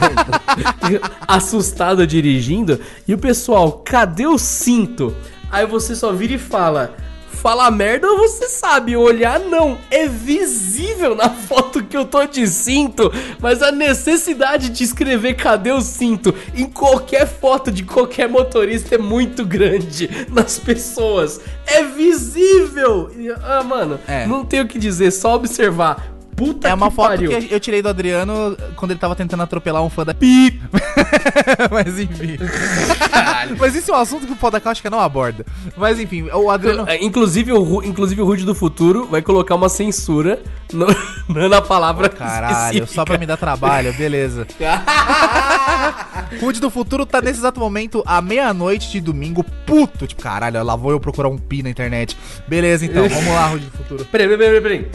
assustado dirigindo, e o pessoal, cadê o cinto? Aí você só vira e fala. Falar merda, você sabe, olhar não. É visível na foto que eu tô de cinto, mas a necessidade de escrever cadê o cinto em qualquer foto de qualquer motorista é muito grande nas pessoas. É visível. E, ah, mano, É. não tenho o que dizer, só observar. Puta É uma que foto pariu. que eu tirei do Adriano quando ele tava tentando atropelar um fã da Pi. Mas enfim. Mas isso é um assunto que o Foda Cáustica não aborda. Mas enfim, o Adriano. É, Inclusive o, Ru- inclusive o Rude do futuro vai colocar uma censura no- na palavra Caralho, específica. só pra me dar trabalho, beleza. Rude do futuro tá nesse exato momento, à meia-noite de domingo, puto. Tipo, caralho, lá vou eu procurar um pi na internet. Beleza, então, vamos lá, Rude do futuro. Peraí, peraí, peraí, peraí.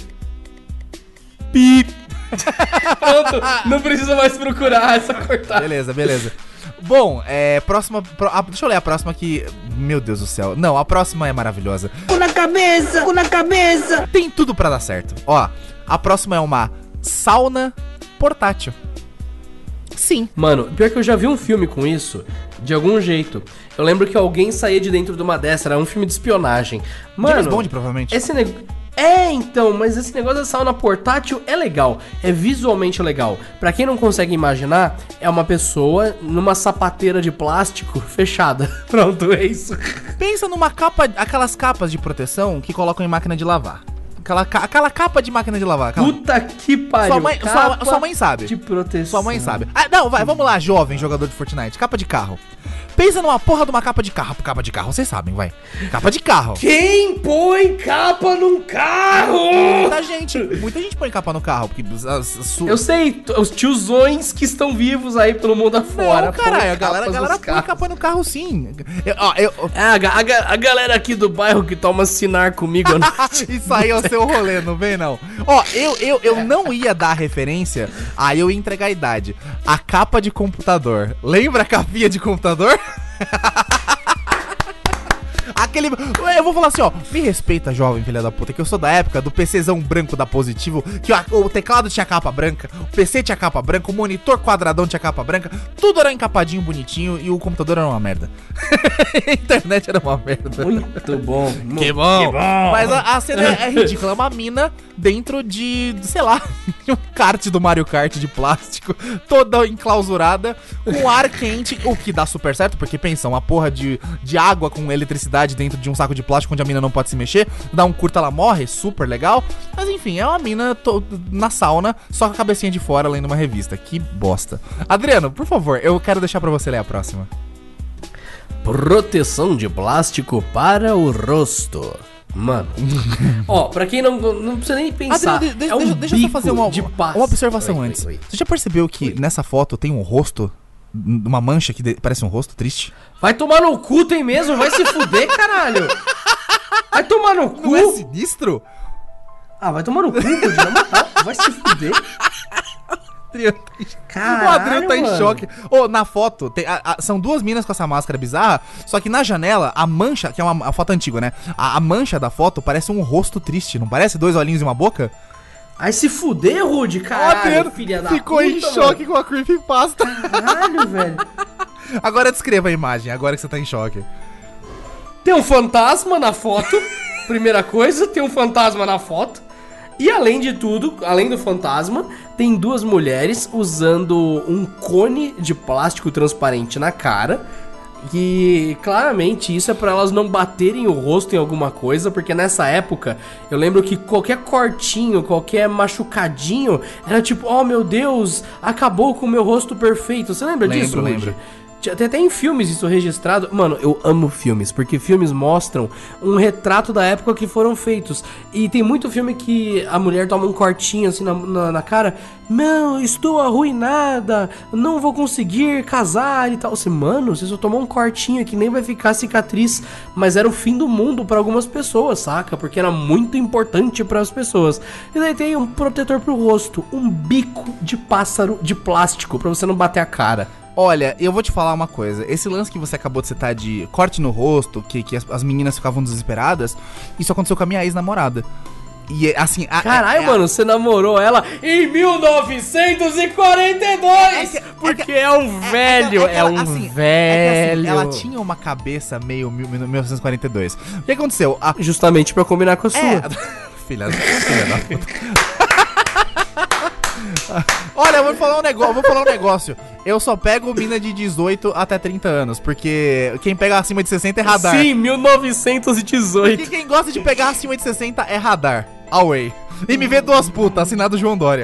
Pi. Pronto, não precisa mais procurar essa cortada. Beleza, beleza. Bom, é. Próxima. Pro, ah, deixa eu ler a próxima que. Meu Deus do céu. Não, a próxima é maravilhosa. Cu na cabeça, cu na cabeça. Tem tudo pra dar certo. Ó, a próxima é uma sauna portátil. Sim. Mano, pior que eu já vi um filme com isso, de algum jeito. Eu lembro que alguém saía de dentro de uma dessa, era um filme de espionagem. Mano, James Bond, provavelmente. esse negócio... É, então, mas esse negócio da sauna portátil é legal, é visualmente legal. Pra quem não consegue imaginar, é uma pessoa numa sapateira de plástico fechada. Pronto, é isso. Pensa numa capa, aquelas capas de proteção que colocam em máquina de lavar. Aquela, ca- aquela capa de máquina de lavar. Aquela... Puta que pariu. Sua mãe, sua, Capa sua mãe sabe. de proteção. Sua mãe sabe. Ah, não, vai, vamos lá, jovem jogador de Fortnite. Capa de carro. Pensa numa porra de uma capa de carro. Capa de carro, vocês sabem, vai. Capa de carro. Quem põe capa num carro? Muita gente, muita gente põe capa no carro, porque as, su... Eu sei, t- os tiozões que estão vivos aí pelo mundo afora. Não, caralho, põem a galera, a capas galera nos põe carros. capa no carro sim. Eu, ó, eu, É, a, ga- a, ga- a galera aqui do bairro que toma Sinar comigo à noite. Isso aí é o seu rolê, não vem não. Ó, eu, eu, eu não ia dar referência, aí eu ia entregar a idade. A capa de computador. Lembra a capinha de computador? Aquele. Eu vou falar assim, ó. Me respeita, jovem filha da puta, que eu sou da época do PCzão branco da Positivo, que o, o teclado tinha capa branca, o P C tinha capa branca, o monitor quadradão tinha capa branca, tudo era encapadinho, bonitinho e o computador era uma merda. A internet era uma merda. Muito bom. Que bom. Que bom. Mas a, a cena é, é ridícula. É uma mina dentro de, sei lá, de um kart do Mario Kart de plástico, toda enclausurada, com ar quente, o que dá super certo, porque pensa, uma porra de, de água com eletricidade dentro de um saco de plástico onde a mina não pode se mexer, dá um curto, ela morre, super legal. Mas enfim, é uma mina to- na sauna, só com a cabecinha de fora lendo uma revista. Que bosta. Adriano, por favor, eu quero deixar pra você ler a próxima. Proteção de plástico para o rosto. Mano. Ó, pra quem não, não precisa nem pensar. Adriano, de- de- é um deixa, deixa eu só bico fazer uma, de paz. uma observação Oi, antes. oi, oi. Você já percebeu que nessa foto tem um rosto, uma mancha que de- parece um rosto triste? Vai tomar no cu, tem mesmo? Vai se fuder, caralho. Vai tomar no cu. Não é sinistro? Ah, vai tomar no cu, pô, de na moral. Vai se fuder. Adriano, Caralho, o Adriano tá em mano. choque. Ô, na foto, tem- a- a- são duas minas com essa máscara bizarra, só que na janela, a mancha, que é uma a foto antiga, né? A, a mancha da foto parece um rosto triste, não parece? Dois olhinhos e uma boca? Aí se fuder, Rude, O caralho, Adriano filha da ficou puta, em choque com a creepypasta. mano. Caralho, velho. Agora descreva a imagem, agora que você tá em choque. Tem um fantasma na foto. Primeira coisa, tem um fantasma na foto. E além de tudo, além do fantasma, tem duas mulheres usando um cone de plástico transparente na cara. E claramente isso é pra elas não baterem o rosto em alguma coisa, porque nessa época eu lembro que qualquer cortinho, qualquer machucadinho era tipo, oh meu Deus, acabou com o meu rosto perfeito. Você lembra Lembro, disso, Rudy? lembro. Tem até em filmes isso registrado. Mano, eu amo filmes, porque filmes mostram um retrato da época que foram feitos. E tem muito filme que a mulher toma um cortinho assim na, na, na cara. Não, estou arruinada, não vou conseguir casar e tal. Assim, mano, você só tomou um cortinho que nem vai ficar cicatriz. Mas era o fim do mundo pra algumas pessoas, saca? Porque era muito importante pras pessoas. E daí tem um protetor pro rosto, um bico de pássaro de plástico pra você não bater a cara. Olha, eu vou te falar uma coisa. Esse lance que você acabou de citar de corte no rosto, que, que as, as meninas ficavam desesperadas, isso aconteceu com a minha ex-namorada. E assim... A, Caralho, é- é- mano, você namorou ela em mil novecentos e quarenta e dois! É que- porque é que- é um velho, é, que ela- um assim, velho. é que, assim, ela tinha uma cabeça meio mil- mil novecentos e quarenta e dois. O que aconteceu? A, Justamente pra combinar com a sua. é, filha, filha da puta. Olha, eu vou falar um negócio, vou falar um negócio. Eu só pego mina de dezoito até trinta anos, porque quem pega acima de sessenta é radar. Sim, mil novecentos e Porque dezoito. quem gosta de pegar acima de sessenta é radar. Away. E me vê duas putas, assinado João Dória.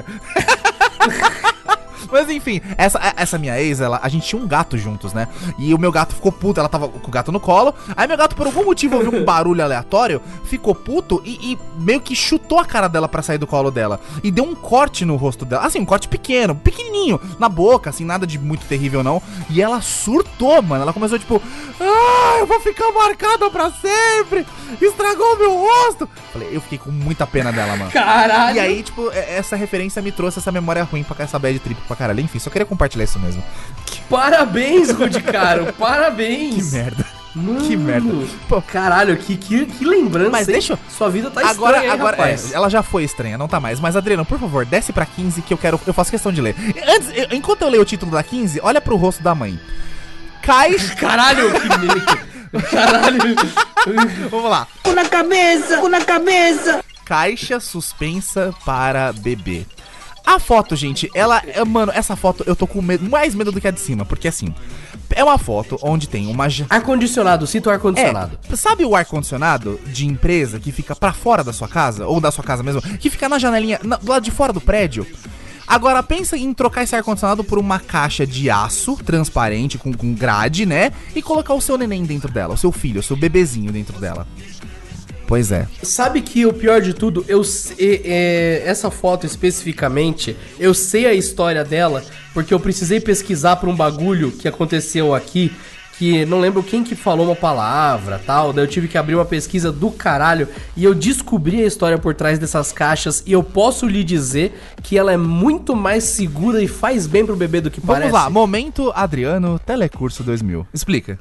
Mas enfim, essa, essa minha ex, ela, a gente tinha um gato juntos, né? E o meu gato ficou puto, ela tava com o gato no colo. Aí meu gato, por algum motivo, ouviu um barulho aleatório, ficou puto e, e meio que chutou a cara dela pra sair do colo dela. E deu um corte no rosto dela. Assim, um corte pequeno, pequenininho, na boca, assim, nada de muito terrível não. E ela surtou, mano. Ela começou tipo, ah, eu vou ficar marcada pra sempre. Estragou meu rosto. Falei, eu fiquei com muita pena dela, mano. Caralho. E aí, tipo, essa referência me trouxe essa memória ruim pra essa bad trip pra caralho. Enfim, só queria compartilhar isso mesmo. Parabéns, Rudy, cara. Parabéns. Que merda. Mano, Que merda. Pô, caralho, que, que, que lembrança. Mas hein? deixa eu- Sua vida tá agora, estranha, hein, agora, rapaz. é, ela já foi estranha, não tá mais. Mas, Adriano, por favor, desce pra quinze que eu quero, eu faço questão de ler. Antes, eu- enquanto eu leio o título da quinze, olha pro rosto da mãe. Caixa. Caralho, que medo. Caralho. Vamos lá. Com na cabeça, com na cabeça. Caixa suspensa para bebê. A foto, gente, ela, é, mano, essa foto eu tô com medo, mais medo do que a de cima, porque assim, é uma foto onde tem uma ja- Ar-condicionado, cita o ar-condicionado. É, sabe o ar-condicionado de empresa que fica pra fora da sua casa, ou da sua casa mesmo, que fica na janelinha, na- do lado de fora do prédio? Agora pensa em trocar esse ar-condicionado por uma caixa de aço transparente com, com grade, né? E colocar o seu neném dentro dela, o seu filho, o seu bebezinho dentro dela. Pois é. Sabe que o pior de tudo, eu sei, é, essa foto especificamente, eu sei a história dela, porque eu precisei pesquisar por um bagulho que aconteceu aqui, que não lembro quem que falou uma palavra, tal, daí eu tive que abrir uma pesquisa do caralho e eu descobri a história por trás dessas caixas e eu posso lhe dizer que ela é muito mais segura e faz bem pro bebê do que Vamos parece. lá, momento Adriano, Telecurso dois mil. Explica.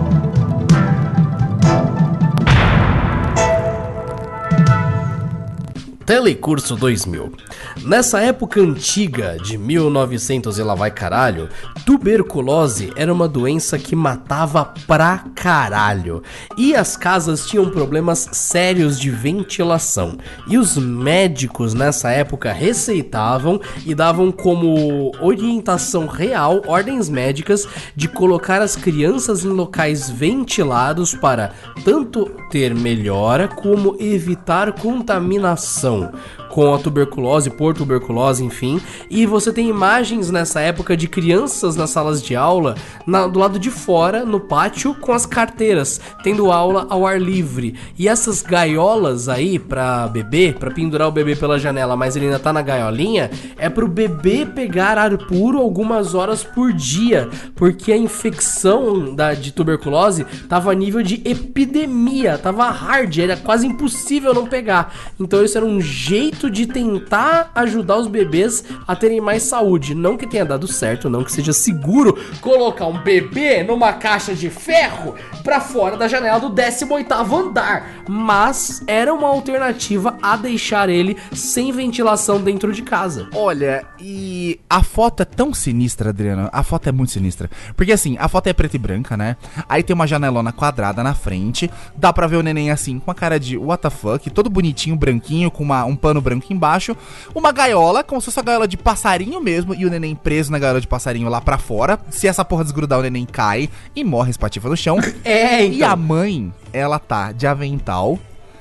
Telecurso dois mil. Nessa época antiga, de mil e novecentos e lá vai caralho, tuberculose era uma doença que matava pra caralho. E as casas tinham problemas sérios de ventilação. E os médicos nessa época receitavam e davam como orientação real, ordens médicas, de colocar as crianças em locais ventilados para tanto ter melhora como evitar contaminação com a tuberculose, por tuberculose, enfim. E você tem imagens nessa época de crianças nas salas de aula, na, do lado de fora, no pátio, com as carteiras, tendo aula ao ar livre. E essas gaiolas aí pra bebê, pra pendurar o bebê pela janela, mas ele ainda tá na gaiolinha, é pro bebê pegar ar puro algumas horas por dia, porque a infecção da, de tuberculose tava a nível de epidemia, tava hard, era quase impossível não pegar. Então isso era um jeito de tentar ajudar os bebês a terem mais saúde. Não que tenha dado certo, não que seja seguro colocar um bebê numa caixa de ferro pra fora da janela do décimo oitavo andar, mas era uma alternativa a deixar ele sem ventilação dentro de casa. Olha, e a foto é tão sinistra, Adriano. A foto é muito sinistra. Porque assim, a foto é preta e branca, né? Aí tem uma janelona quadrada na frente. Dá pra ver o neném assim, com a cara de what the fuck, todo bonitinho, branquinho, com uma, um pano branco embaixo. Uma gaiola, como se fosse a gaiola de passarinho mesmo. E o neném preso na gaiola de passarinho lá pra fora. Se essa porra desgrudar, o neném cai e morre, espatifa no chão. É, então. E a mãe, ela tá de avental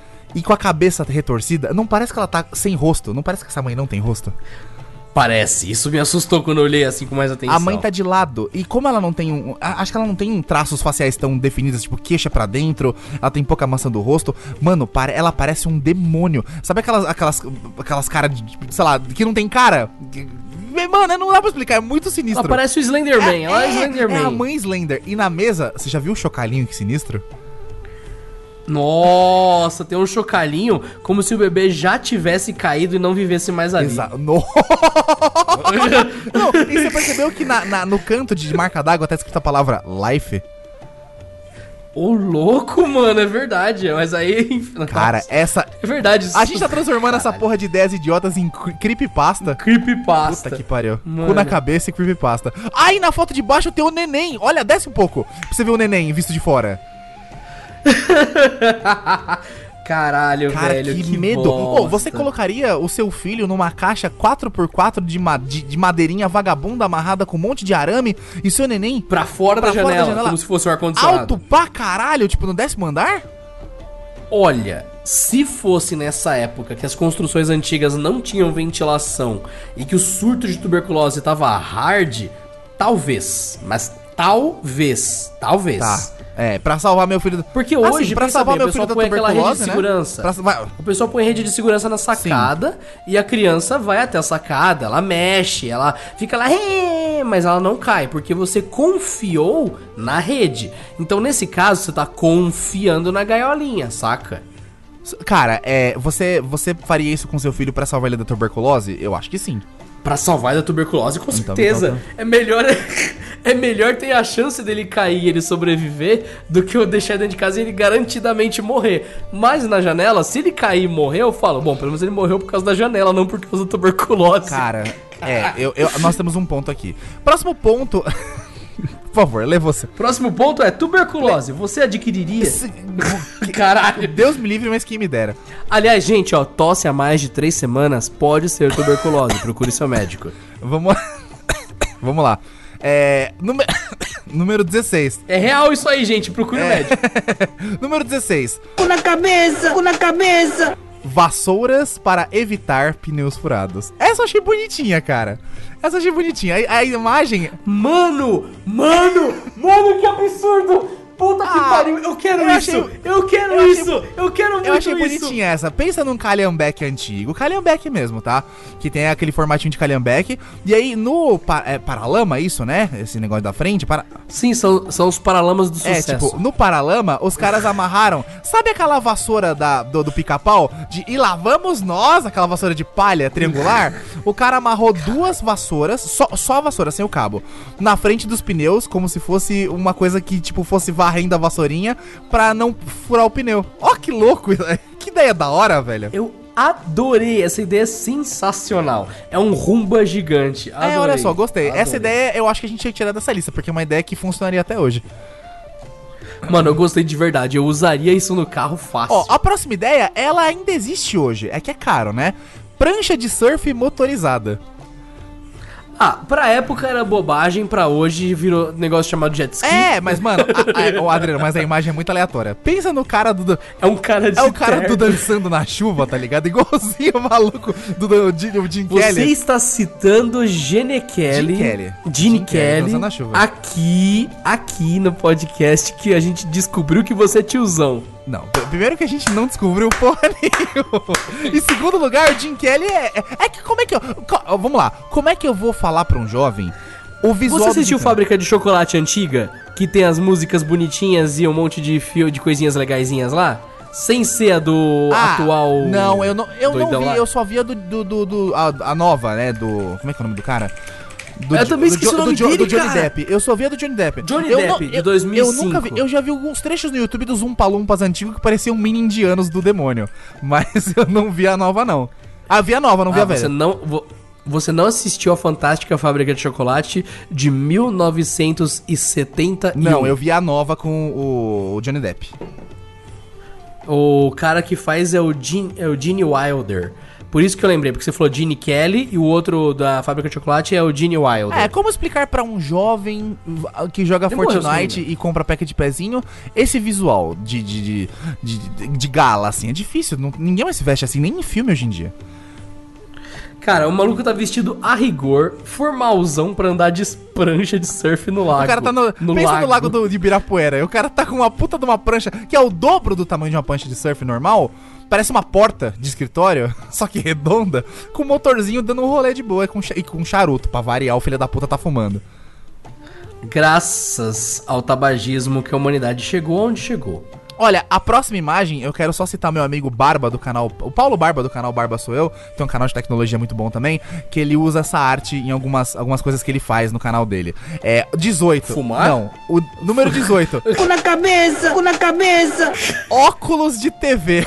e com a cabeça retorcida. Não parece que ela tá sem rosto. Não parece que essa mãe não tem rosto. Parece, isso me assustou quando eu olhei assim com mais atenção. A mãe tá de lado, e como ela não tem um... Acho que ela não tem traços faciais tão definidos, tipo queixa pra dentro, ela tem pouca maçã do rosto. Mano, ela parece um demônio. Sabe aquelas, aquelas, aquelas caras, de, sei lá, que não tem cara? Mano, não dá pra explicar, é muito sinistro. Ela parece o Slenderman, é, ela é, é Slenderman. É a mãe Slender. E na mesa, você já viu o chocalhinho que sinistro? Nossa, tem um chocalhinho como se o bebê já tivesse caído e não vivesse mais ali. Exato. No... não, e você percebeu que na, na, no canto de marca d'água tá escrita a palavra life? Ô, louco, mano, é verdade. Mas aí... Cara, nossa, essa... é verdade. A gente tá transformando essa porra de ideias idiotas em creepypasta. Creepypasta. Puta que pariu. Mano. Cu na cabeça e creepypasta. Aí na foto de baixo tem o neném. Olha, desce um pouco pra você ver o neném visto de fora. Caralho, Cara, velho, que, que medo. bosta. Pô, você colocaria o seu filho numa caixa quatro por quatro de, ma de, de madeirinha vagabunda amarrada com um monte de arame e seu neném Pra fora, pra da, fora janela, da janela, como se fosse o ar-condicionado. alto pra caralho, tipo no décimo andar? Olha, se fosse nessa época que as construções antigas não tinham ventilação e que o surto de tuberculose tava hard, talvez, mas talvez, talvez. Tá. É, pra salvar meu filho... Porque hoje, assim, pra pensa salvar bem, meu o pessoal filho da põe aquela rede de tuberculose, né? segurança. Pra... Vai... O pessoal põe rede de segurança na sacada e a criança vai até a sacada, ela mexe, ela fica lá, mas ela não cai, porque você confiou na rede. Então, nesse caso, você tá confiando na gaiolinha, saca? Cara, é, você, você faria isso com seu filho pra salvar ele da tuberculose? Eu acho que sim. Pra salvar da tuberculose, com Então, certeza. então, É melhor é melhor ter a chance dele cair e ele sobreviver do que eu deixar ele dentro de casa e ele garantidamente morrer. Mas na janela, se ele cair e morrer, eu falo, bom, pelo menos ele morreu por causa da janela, não por causa da tuberculose. Cara, é, eu, eu, nós temos um ponto aqui. Próximo ponto... Por favor, lê você. Próximo ponto é tuberculose. Você adquiriria? Caralho. Deus me livre, mas quem me dera. Aliás, gente, ó, tosse há mais de três semanas pode ser tuberculose. Procure seu médico. Vamos lá. Vamos lá. É, número... número dezesseis. É real isso aí, gente. Procure o É. médico. Número dezesseis. Cu na cabeça, cu na cabeça. vassouras para evitar pneus furados. Essa eu achei bonitinha, cara. Essa eu achei bonitinha. A, a imagem... Mano, mano, mano, que absurdo! Puta que Ah, pariu, eu quero eu isso! achei- eu quero eu achei- isso! eu quero muito Eu achei isso! bonitinha essa. Pensa num calhambeque antigo. Calhambeque mesmo, tá? Que tem aquele formatinho de calhambeque. E aí no pa é, Paralama, isso, né? Esse negócio da frente. Para... Sim, são, são os paralamas do É, sucesso. tipo, no Paralama, os caras amarraram. Sabe aquela vassoura da, do, do pica-pau? De e lá vamos nós, aquela vassoura de palha triangular? O cara amarrou duas vassouras, só, só a vassoura, sem o cabo, na frente dos pneus, como se fosse uma coisa que, tipo, fosse varrendo a vassourinha pra não furar o pneu. Ó, que louco! Que ideia da hora, velho. Eu adorei, essa ideia é sensacional. É um rumba gigante. Adorei. É, olha só, gostei. Adorei. Essa ideia eu acho que a gente tinha que tirar dessa lista, porque é uma ideia que funcionaria até hoje. Mano, eu gostei de verdade. Eu usaria isso no carro fácil. Ó, a próxima ideia, ela ainda existe hoje. É que é caro, né? Prancha de surf motorizada. Ah, pra época era bobagem, pra hoje virou negócio chamado jet ski. É, mas, mano, a, a, ô, Adriano, mas a imagem é muito aleatória. Pensa no cara do. É um cara de É o cara terno. do dançando na chuva, tá ligado? Igualzinho o maluco do, do, do, do Jim Você Kelly. está citando Gene Kelly, Gene Kelly. Gene Gene Kelly Kelly, dançando na chuva. aqui, aqui no podcast que a gente descobriu que você é tiozão. Não, pr- primeiro que a gente não descobriu porra nenhuma. Em segundo lugar, o Jim Kelly é, é. É que como é que eu. co- vamos lá. Como é que eu vou falar pra um jovem o visual. Você do assistiu Jim Kelly? Fábrica de Chocolate Antiga? Que tem as músicas bonitinhas e um monte de fio de coisinhas legaisinhas lá? Sem ser a do Ah, atual. Não, eu não, eu não doidão vi, lá? eu só via do. do, do, do- a, a nova, né? Do. Como é que é o nome do cara? Do, Eu também do esqueci Jo- o nome do Jo- dele, do Johnny cara. Depp. Eu só via do Johnny Depp. Johnny eu Depp, não- de eu- dois mil e Eu nunca vi. cinco. Eu já vi alguns trechos no YouTube dos Umpa-Lumpas antigos que pareciam mini indianos do demônio. Mas eu não vi a nova, não. Ah, vi a nova, não vi Ah, a velha. você não. vo- Você não assistiu a Fantástica Fábrica de Chocolate de mil novecentos e setenta e um? Não, eu vi a nova com o, o Johnny Depp. O cara que faz é o Gene, é o Gene Wilder. Por isso que eu lembrei, porque você falou Gene Kelly e o outro da Fábrica de Chocolate é o Gene Wilder. É, como explicar pra um jovem que joga Ele morreu, Fortnite sim, né? e compra pack de pezinho esse visual de, de, de, de, de- de gala, assim? É difícil, não- ninguém mais se veste assim, nem em filme hoje em dia. Cara, o maluco tá vestido a rigor, formalzão pra andar de prancha de surf no lago. O cara tá no. pensa no lago do, de Ibirapuera. E o cara tá com uma puta de uma prancha que é o dobro do tamanho de uma prancha de surf normal. Parece uma porta de escritório, só que redonda, com um motorzinho dando um rolê de boa e com, cha- e com charuto. Pra variar, o filho da puta tá fumando. Graças ao tabagismo que a humanidade chegou onde chegou. Olha, a próxima imagem, eu quero só citar meu amigo Barba do canal. O Paulo Barba do canal Barba Sou Eu. Tem um canal de tecnologia muito bom também. Que ele usa essa arte em algumas, algumas coisas que ele faz no canal dele. É dezoito. Fumar? Não, o número dezoito. Cu na cabeça, cu na cabeça. Óculos de T V.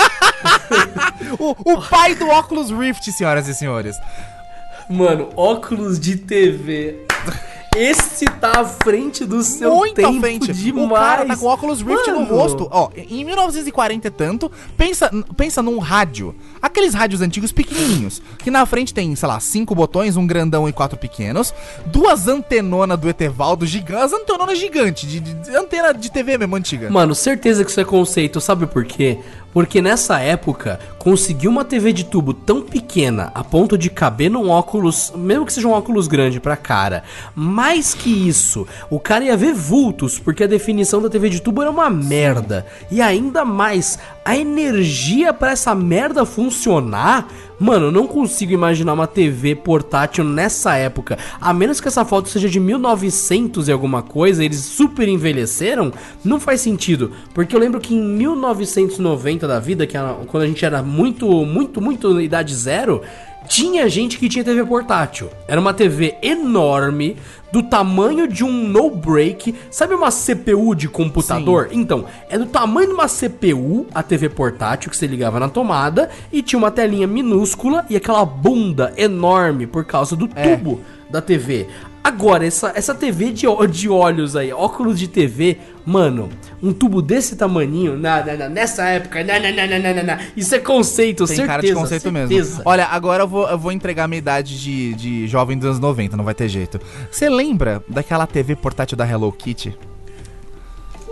o, o pai do óculos Rift, senhoras e senhores. Mano, óculos de T V. Esse tá à frente do seu Muito tempo à frente. demais. O cara tá com óculos Rift no Mano. rosto. Ó, em mil novecentos e quarenta e tanto, pensa, pensa num rádio. Aqueles rádios antigos pequenininhos. Que na frente tem, sei lá, cinco botões, um grandão e quatro pequenos. Duas antenonas do Etevaldo gigantes. As antenonas gigantes, de, de- de antena de T V mesmo antiga. Mano, certeza que isso é conceito, sabe por quê? Porque nessa época, conseguir uma T V de tubo tão pequena, a ponto de caber num óculos, mesmo que seja um óculos grande pra cara, mais que isso, o cara ia ver vultos, porque a definição da T V de tubo era uma merda. E ainda mais, a energia pra essa merda funcionar... Mano, eu não consigo imaginar uma T V portátil nessa época. A menos que essa foto seja de mil e novecentos e alguma coisa, eles super envelheceram, não faz sentido. Porque eu lembro que em mil novecentos e noventa da vida, que era quando a gente era muito, muito, muito idade zero, tinha gente que tinha T V portátil. Era uma T V enorme, do tamanho de um no-break. Sabe uma C P U de computador? Sim. Então, é do tamanho de uma C P U, a T V portátil que você ligava na tomada, e tinha uma telinha minúscula e aquela bunda enorme por causa do É. tubo da T V. Agora, essa, essa T V de, ó- de olhos aí, óculos de T V, mano, um tubo desse tamaninho, na, na- na- nessa época, na, na, na, na, na, na, na, isso é conceito, Tem certeza, cara de conceito certeza. mesmo. Olha, agora eu vou, eu vou entregar a minha idade de, de jovem dos anos noventa, não vai ter jeito. Você lembra daquela T V portátil da Hello Kitty?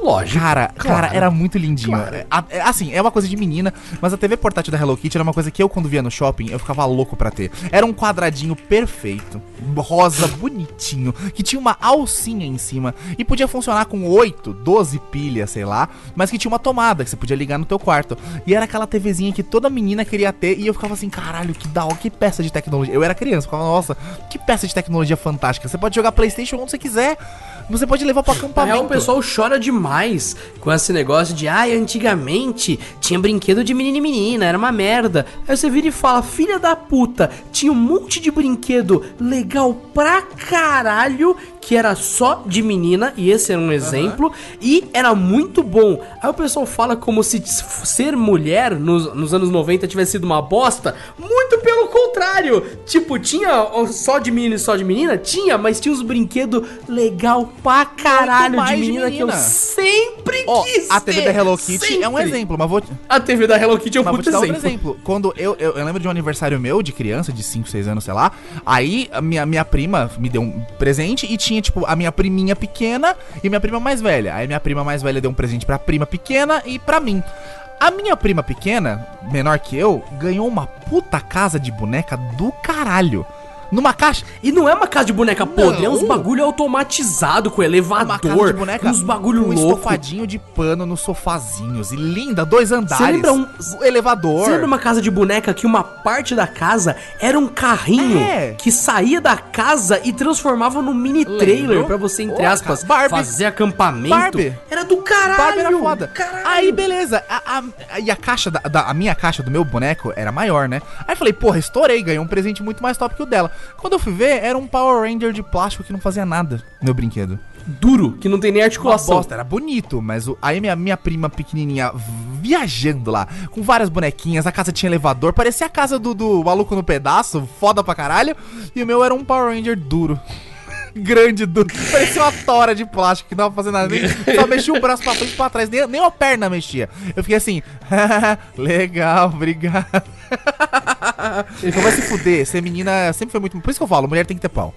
Lógico. Cara, claro. cara, era muito lindinho. É, a- é, assim, é uma coisa de menina, mas a T V portátil da Hello Kitty era uma coisa que eu, quando via no shopping, eu ficava louco pra ter. Era um quadradinho perfeito, rosa, bonitinho, que tinha uma alcinha em cima e podia funcionar com oito, doze pilhas, sei lá, mas que tinha uma tomada que você podia ligar no teu quarto. E era aquela TVzinha que toda menina queria ter e eu ficava assim, caralho, que da hora, que peça de tecnologia. Eu era criança, eu ficava, nossa, que peça de tecnologia fantástica. Você pode jogar PlayStation onde você quiser. Você pode levar pro Na acampamento. real, o pessoal chora demais com esse negócio de ai, antigamente tinha brinquedo de menino e menina, era uma merda. Aí você vira e fala, filha da puta, tinha um monte de brinquedo legal pra caralho que era só de menina, e esse era um exemplo, e era muito bom. Aí o pessoal fala como se ser mulher nos, nos anos noventa tivesse sido uma bosta. Muito pelo contrário. Tipo, tinha só de menino e só de menina? Tinha, mas tinha uns brinquedos legal pra caralho de mais de menina, que eu menina. sempre Ó, quis a T V ter, da Hello Kitty sempre. é um exemplo, mas vou... A T V da Hello Kitty é um Mas vou puto te dar outro exemplo. exemplo. Quando eu, eu, eu lembro de um aniversário meu, de criança, de cinco, seis anos, sei lá. Aí a minha, minha prima me deu um presente e tinha, tipo, a minha priminha pequena e minha prima mais velha. Aí minha prima mais velha deu um presente pra prima pequena e pra mim. A minha prima pequena, menor que eu, ganhou uma puta casa de boneca do caralho. Numa caixa. E não é uma casa de boneca podre, é uns Não. bagulho automatizado com Uma elevador, casa de boneca, uns bagulho um louco. estofadinho de pano nos sofazinhos. E linda, dois andares. lembra um- o elevador. Você lembra uma casa de boneca que uma parte da casa era um carrinho É. que saía da casa e transformava num mini trailer Lembro. pra você, entre Porra, aspas, Barbie. fazer acampamento? Barbie. Era do caralho! Barbie era foda. Caralho. Aí, beleza. A, a- e a caixa, da, da- a minha caixa do meu boneco era maior, né? Aí eu falei, porra, estourei, ganhei um presente muito mais top que o dela. Quando eu fui ver, era um Power Ranger de plástico que não fazia nada, meu brinquedo. Duro, que não tem nem Uma articulação. bosta, era bonito, mas o, aí minha, minha prima pequenininha viajando lá, com várias bonequinhas, a casa tinha elevador, parecia a casa do, do Maluco no Pedaço, foda pra caralho, e o meu era um Power Ranger duro. Grande, duro, parecia uma tora de plástico que não dava pra fazer nada, nem, só mexia o braço pra frente e pra trás, nem, nem a perna mexia. Eu fiquei assim, legal, obrigado. Então vai se fuder, ser menina sempre foi muito... Por isso que eu falo, mulher tem que ter pau.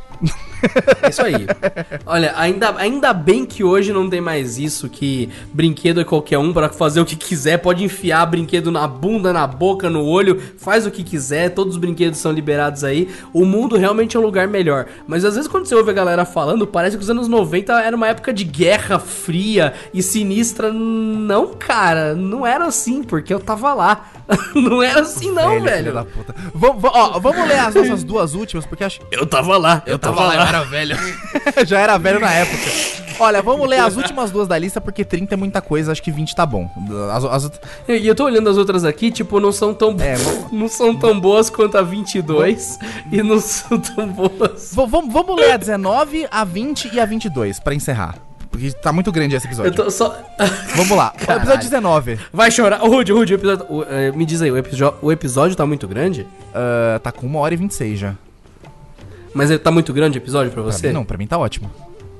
É isso aí. Olha, ainda, ainda bem que hoje não tem mais isso, que brinquedo é qualquer um pra fazer o que quiser, pode enfiar brinquedo na bunda, na boca, no olho, faz o que quiser, todos os brinquedos são liberados aí. O mundo realmente é um lugar melhor. Mas às vezes quando você ouve a galera falando, parece que os anos noventa era uma época de guerra fria e sinistra. Não, cara, não era assim, porque eu tava lá. Não era assim não, Filho velho. da puta. Vamos, va- ó, vamos ler as nossas duas últimas, porque acho Eu tava lá, eu tava lá. eu era velho. Já era velho na época. Olha, vamos ler as últimas duas da lista, porque trinta é muita coisa, acho que vinte tá bom. As, as out- E eu tô olhando as outras aqui, tipo, não são tão, É, vamos- não são tão boas quanto a vinte e dois e não são tão boas. v- vamos, vamos ler a dezenove, a vinte e a vinte e dois, pra encerrar. Porque tá muito grande esse episódio. Eu tô só... Vamos lá, o Caralho. episódio dezenove. Vai chorar. Ô, Rude, Rude, o episódio... o, eh, me diz aí, o, episo- o episódio tá muito grande? ah, tá com uma hora e vinte e seis já. Mas ele tá muito grande o episódio pra Pra você? mim, não, pra mim tá ótimo.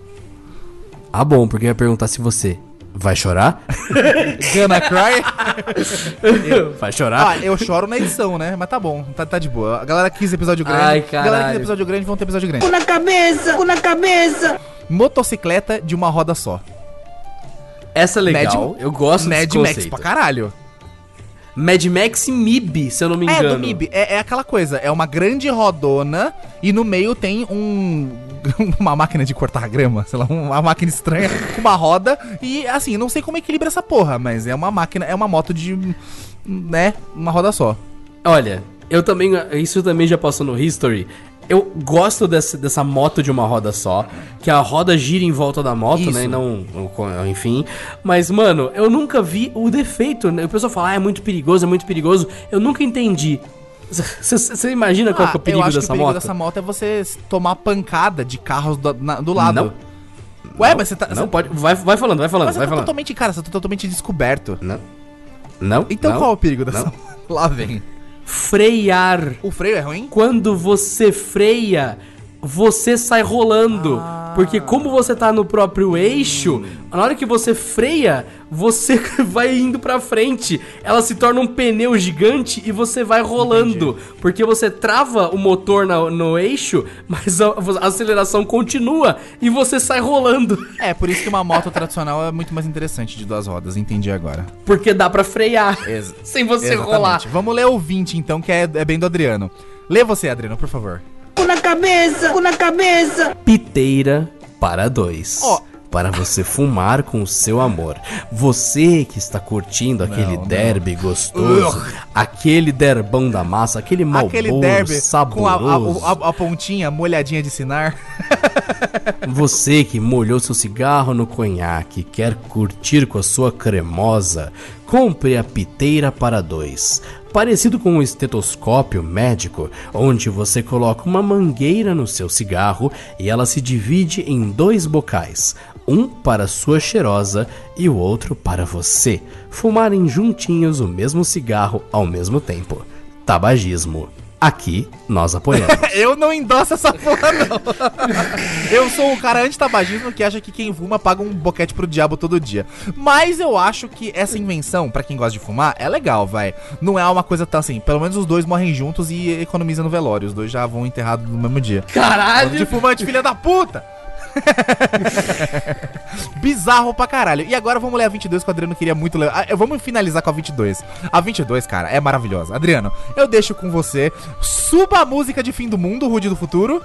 Ah, bom, porque eu ia perguntar se você vai chorar? Gonna cry? Vai chorar? Ah, eu choro na edição, né? Mas tá bom, tá, tá de boa. A galera quis episódio grande. Ai, A galera quis caralho. episódio grande, vão ter episódio grande. Cu na cabeça, cu na cabeça. Motocicleta de uma roda só. Essa é legal, Mad- eu gosto Mad desse Max conceito. pra caralho. Mad Max e M I B, se eu não me É, engano. do M I B. É, é aquela coisa, é uma grande rodona e no meio tem um... uma máquina de cortar grama, sei lá, uma máquina estranha com uma roda e, assim, não sei como equilibra essa porra, mas é uma máquina, é uma moto de, né, uma roda só. Olha, eu também. Isso também já passou no History. Eu gosto dessa, dessa moto de uma roda só. Que a roda gira em volta da moto, Isso. né? E não. Enfim. Mas, mano, eu nunca vi o defeito, né? O pessoal fala, ah, é muito perigoso, é muito perigoso. Eu nunca entendi. Você imagina qual que é o perigo Ah, eu acho dessa que o perigo moto? dessa moto é você tomar pancada de carros do, na- do lado. Não. Ué, Não, mas você tá... Não, você, pode. Vai, vai falando, vai falando, mas você vai tá falando. totalmente, cara, você tá totalmente descoberto. Não. Não. Então não, qual é o perigo dessa não. moto? Lá vem. Frear. O freio é ruim? Quando você freia, você sai rolando. Ah. Porque como você tá no próprio eixo, na hora que você freia, você vai indo pra frente. Ela se torna um pneu gigante e você vai rolando. Entendi. Porque você trava o motor na, no eixo, mas a, a aceleração continua e você sai rolando. É, por isso que uma moto tradicional é muito mais interessante de duas rodas, entendi agora. Porque dá pra frear Ex- sem você exatamente. rolar. Vamos ler o vinte então, que é, é bem do Adriano. Lê você, Adriano, por favor. Na cabeça, na cabeça. Piteira para dois. Ó. Para você fumar com o seu amor. Você que está curtindo aquele não, derby não. gostoso, Ugh. aquele derbão da massa, aquele Aquele Marlboro derby saboroso. com a, a, a, a pontinha molhadinha de sinar. Você que molhou seu cigarro no conhaque, quer curtir com a sua cremosa, compre a Piteira para dois. Parecido com um estetoscópio médico, onde você coloca uma mangueira no seu cigarro e ela se divide em dois bocais, um para sua cheirosa e o outro para você, fumarem juntinhos o mesmo cigarro ao mesmo tempo. Tabagismo. Aqui, nós apoiamos. Eu não endosso essa porra, não. Eu sou um cara anti-tabagismo que acha que quem fuma paga um boquete pro diabo todo dia. Mas eu acho que essa invenção, pra quem gosta de fumar, é legal, vai. Não é uma coisa tão assim. Pelo menos os dois morrem juntos e economizam no velório. Os dois já vão enterrados no mesmo dia. Caralho! De fumante, filha da puta! Bizarro pra caralho. E agora vamos ler a vinte e dois que o Adriano queria muito ler. Ah, vamos finalizar com a vinte e dois. A vinte e dois, cara, é maravilhosa. Adriano, eu deixo com você. Suba a música de Fim do Mundo, Rude do Futuro.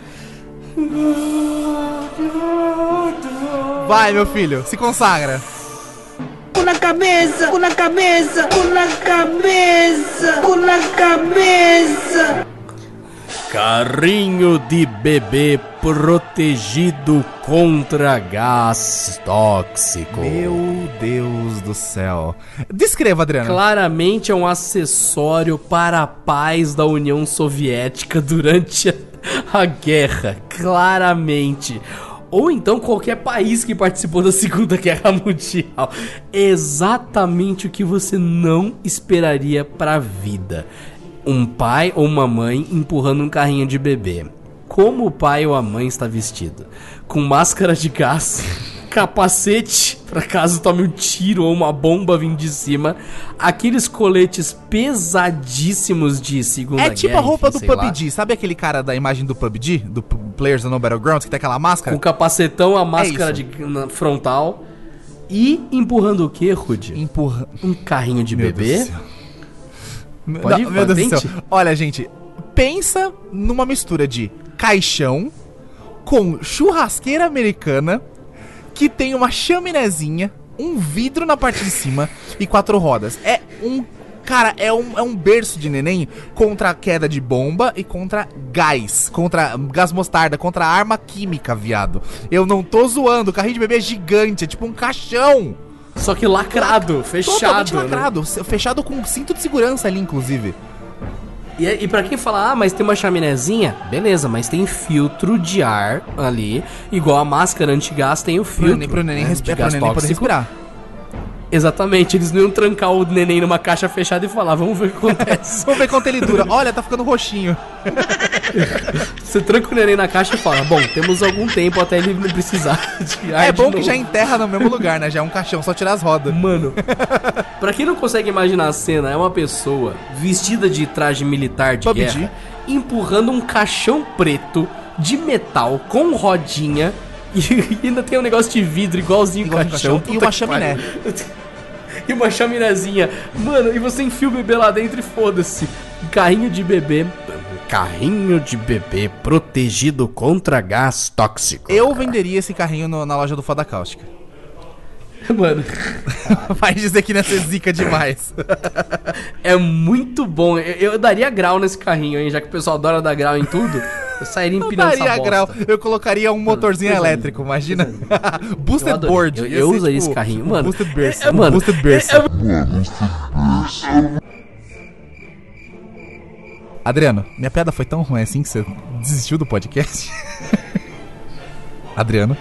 Vai, meu filho, se consagra. Na cabeça, na cabeça, na cabeça, na cabeça. Carrinho de bebê protegido contra gás tóxico. Meu Deus do céu. Descreva, Adriano. Claramente é um acessório para a paz da União Soviética durante a, a guerra. Claramente. Ou então qualquer país que participou da Segunda Guerra Mundial. Exatamente o que você não esperaria para a vida. Um pai ou uma mãe empurrando um carrinho de bebê. Como o pai ou a mãe está vestido? Com máscara de gás, capacete, para caso tome um tiro ou uma bomba vindo de cima, aqueles coletes pesadíssimos de Segunda Guerra. É tipo a roupa enfim, do P U B G, sabe aquele cara da imagem do P U B G? Do P- Players no Battlegrounds, que tem aquela máscara? Com o capacetão, a máscara É de na frontal. E empurrando o que, Rudy? Empurra... Um carrinho de Meu bebê? Deus do céu. Pode Não, ir, meu Deus do patente? céu. Olha, gente, pensa numa mistura de caixão com churrasqueira americana que tem uma chaminézinha, um vidro na parte de cima e quatro rodas. É um... Cara, é um, é um berço de neném contra a queda de bomba e contra gás, contra gás mostarda, contra arma química, viado. Eu não tô zoando, o carrinho de bebê é gigante, é tipo um caixão. Só que lacrado, fechado. Totalmente né? lacrado, fechado com cinto de segurança ali, inclusive. E, e pra quem fala, ah, mas tem uma chaminézinha, beleza, mas tem filtro de ar ali, igual a máscara antigás tem o filtro. Pro neném, pro neném, né, respi- de gás pro neném poder tóxico. respirar. Exatamente, eles não iam trancar o neném numa caixa fechada e falar, vamos ver o que acontece. Vamos ver quanto ele dura. Olha, tá ficando roxinho. Você tranca o neném na caixa e fala, bom, temos algum tempo até ele não precisar de ar É de bom novo. que já enterra no mesmo lugar, né? Já é um caixão, só tirar as rodas. Mano, pra quem não consegue imaginar a cena, é uma pessoa vestida de traje militar de P U B G. guerra, empurrando um caixão preto de metal com rodinha e ainda tem um negócio de vidro igualzinho o Igual um caixão. caixão e Puta uma que chaminé. pariu. E uma chaminézinha. Mano, e você enfia o bebê lá dentro e foda-se. Um carrinho de bebê. Carrinho de bebê protegido contra gás tóxico. Eu venderia esse carrinho no- na loja do Foda Cáustica. Mano, Vai dizer que nessa é zica demais. é muito bom. Eu, eu daria grau nesse carrinho, hein? Já que o pessoal adora dar grau em tudo. Eu sairia Não empinando essa daria bosta. grau. Eu colocaria um motorzinho coisa elétrico, imagina. Eu Boosted adorei. board. Eu- Ia eu ser, usaria esse carrinho. Mano, Boosted Burst. é- é- mano, Boosted Burst. é- Adriano, minha piada foi tão ruim assim que você desistiu do podcast? Adriano?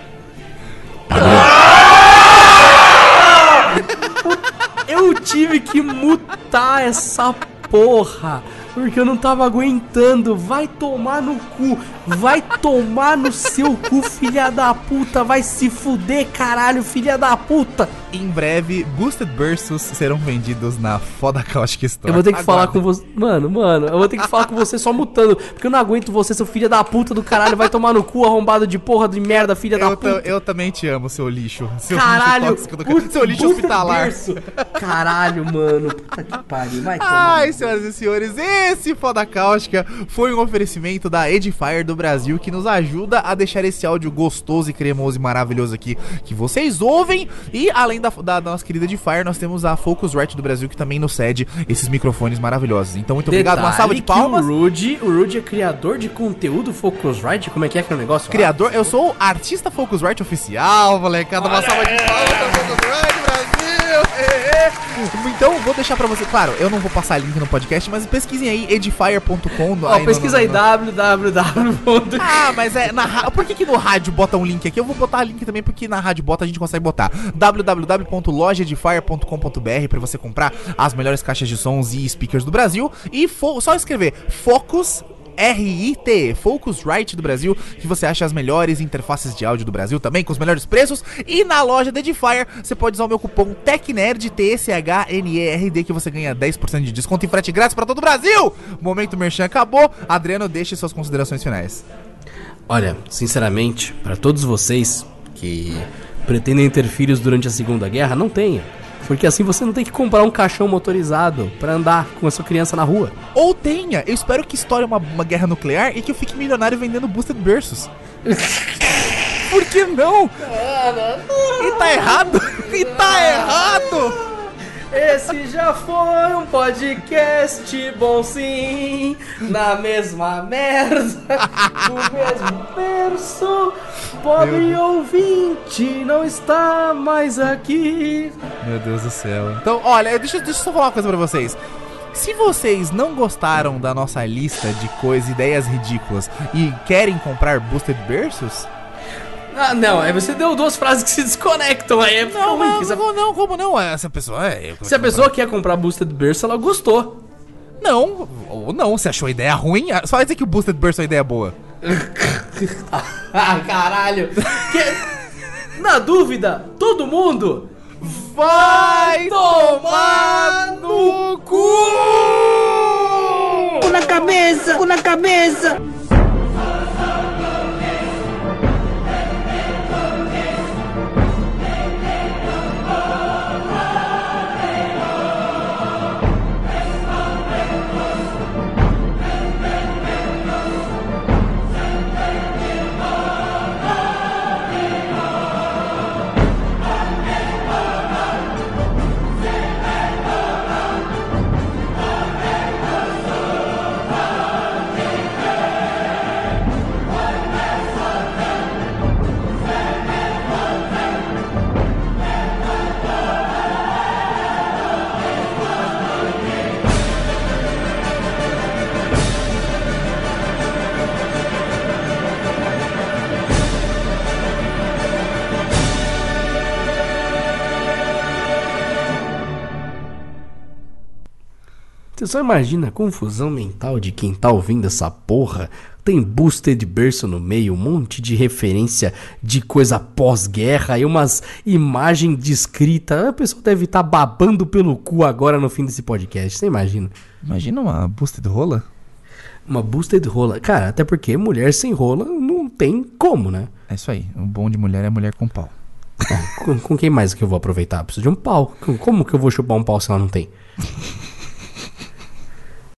Eu tive que mutar essa porra. Porque eu não tava aguentando. Vai tomar no cu. Vai tomar no seu cu, filha da puta. Vai se fuder, caralho, filha da puta. Em breve, Boosted Versus serão vendidos na Foda Caustic Store. Eu vou ter que Aguarda. falar com você. Mano, mano, eu vou ter que falar com você só mutando. Porque eu não aguento você, seu filho da puta do caralho. Vai tomar no cu, arrombado de porra de merda, filha da Eu, ta- puta. eu também te amo, seu lixo. Seu Caralho, lixo tóxico do ca- seu lixo Boosted hospitalar. Verso. Caralho, mano. Puta que pariu. Vai tomar. Ai, no cu. senhoras e senhores, esse Foda Cáustica foi um oferecimento da Edifier do Brasil, que nos ajuda a deixar esse áudio gostoso e cremoso e maravilhoso aqui que vocês ouvem. E além da, da, da nossa querida Edifier, nós temos a Focusrite do Brasil, que também nos cede esses microfones maravilhosos. Então, muito obrigado, uma Detalhe salva de que palmas. O Rude, o Rude é criador de conteúdo Focusrite. Como é que é que é o negócio? lá? Criador, eu sou o artista Focusrite oficial, molecada. Uma salva de palmas pra Focusrite Brasil. É, é. Então, vou deixar pra você. Claro, eu não vou passar link no podcast, mas pesquisem aí edifier ponto com. Ó, pesquisa aí w w w ponto com. Ah, mas é na ra- por que, que no rádio bota um link aqui? Eu vou botar link também porque na rádio bota a gente consegue botar w w w ponto loja edifier ponto com ponto b r pra você comprar as melhores caixas de sons e speakers do Brasil e fo- só escrever Focus R I T, Focusrite do Brasil, que você acha as melhores interfaces de áudio do Brasil também, com os melhores preços. E na loja da Edifier, você pode usar o meu cupom TECHNERD, T S H N E R D, que você ganha dez por cento de desconto e frete grátis pra todo o Brasil. Momento Merchan acabou. Adriano, deixe suas considerações finais. Olha, sinceramente, pra todos vocês que pretendem ter filhos durante a Segunda Guerra, não tenha. Porque assim você não tem que comprar um caixão motorizado pra andar com a sua criança na rua. Ou tenha, eu espero que estoure uma, uma guerra nuclear e que eu fique milionário vendendo Boosted Versus. Por que não? E tá errado? E tá errado? Esse já foi um podcast bom sim, na mesma merda, no mesmo verso. Pobre ouvinte não está mais aqui. Meu Deus do céu. Então, olha, deixa, deixa eu só falar uma coisa pra vocês. Se vocês não gostaram da nossa lista de coisas, ideias ridículas e querem comprar Boosted Versus... Ah, não, aí você deu duas frases que se desconectam aí. Não, ruim, mas, se, a, não, não, como não? Essa pessoa é... se a pessoa quer comprar Boosted Verso, ela gostou. Não, ou não, você achou a ideia ruim? Só vai dizer que o Boosted Versus é uma ideia boa. Ah, caralho. Que... Na dúvida, todo mundo Vai tomar no cu! Cu na cabeça, cu na cabeça. Você só imagina a confusão mental de quem tá ouvindo essa porra. Tem Boosted Verso no meio, um monte de referência de coisa pós-guerra e umas imagens descritas. A pessoa deve estar babando pelo cu agora no fim desse podcast, você imagina? Imagina uma Boosted rola? Uma Boosted rola. Cara, até porque mulher sem rola não tem como, né? É isso aí, o bom de mulher é mulher com pau. Com, com quem mais que eu vou aproveitar? Preciso de um pau. Com- Como que eu vou chupar um pau se ela não tem?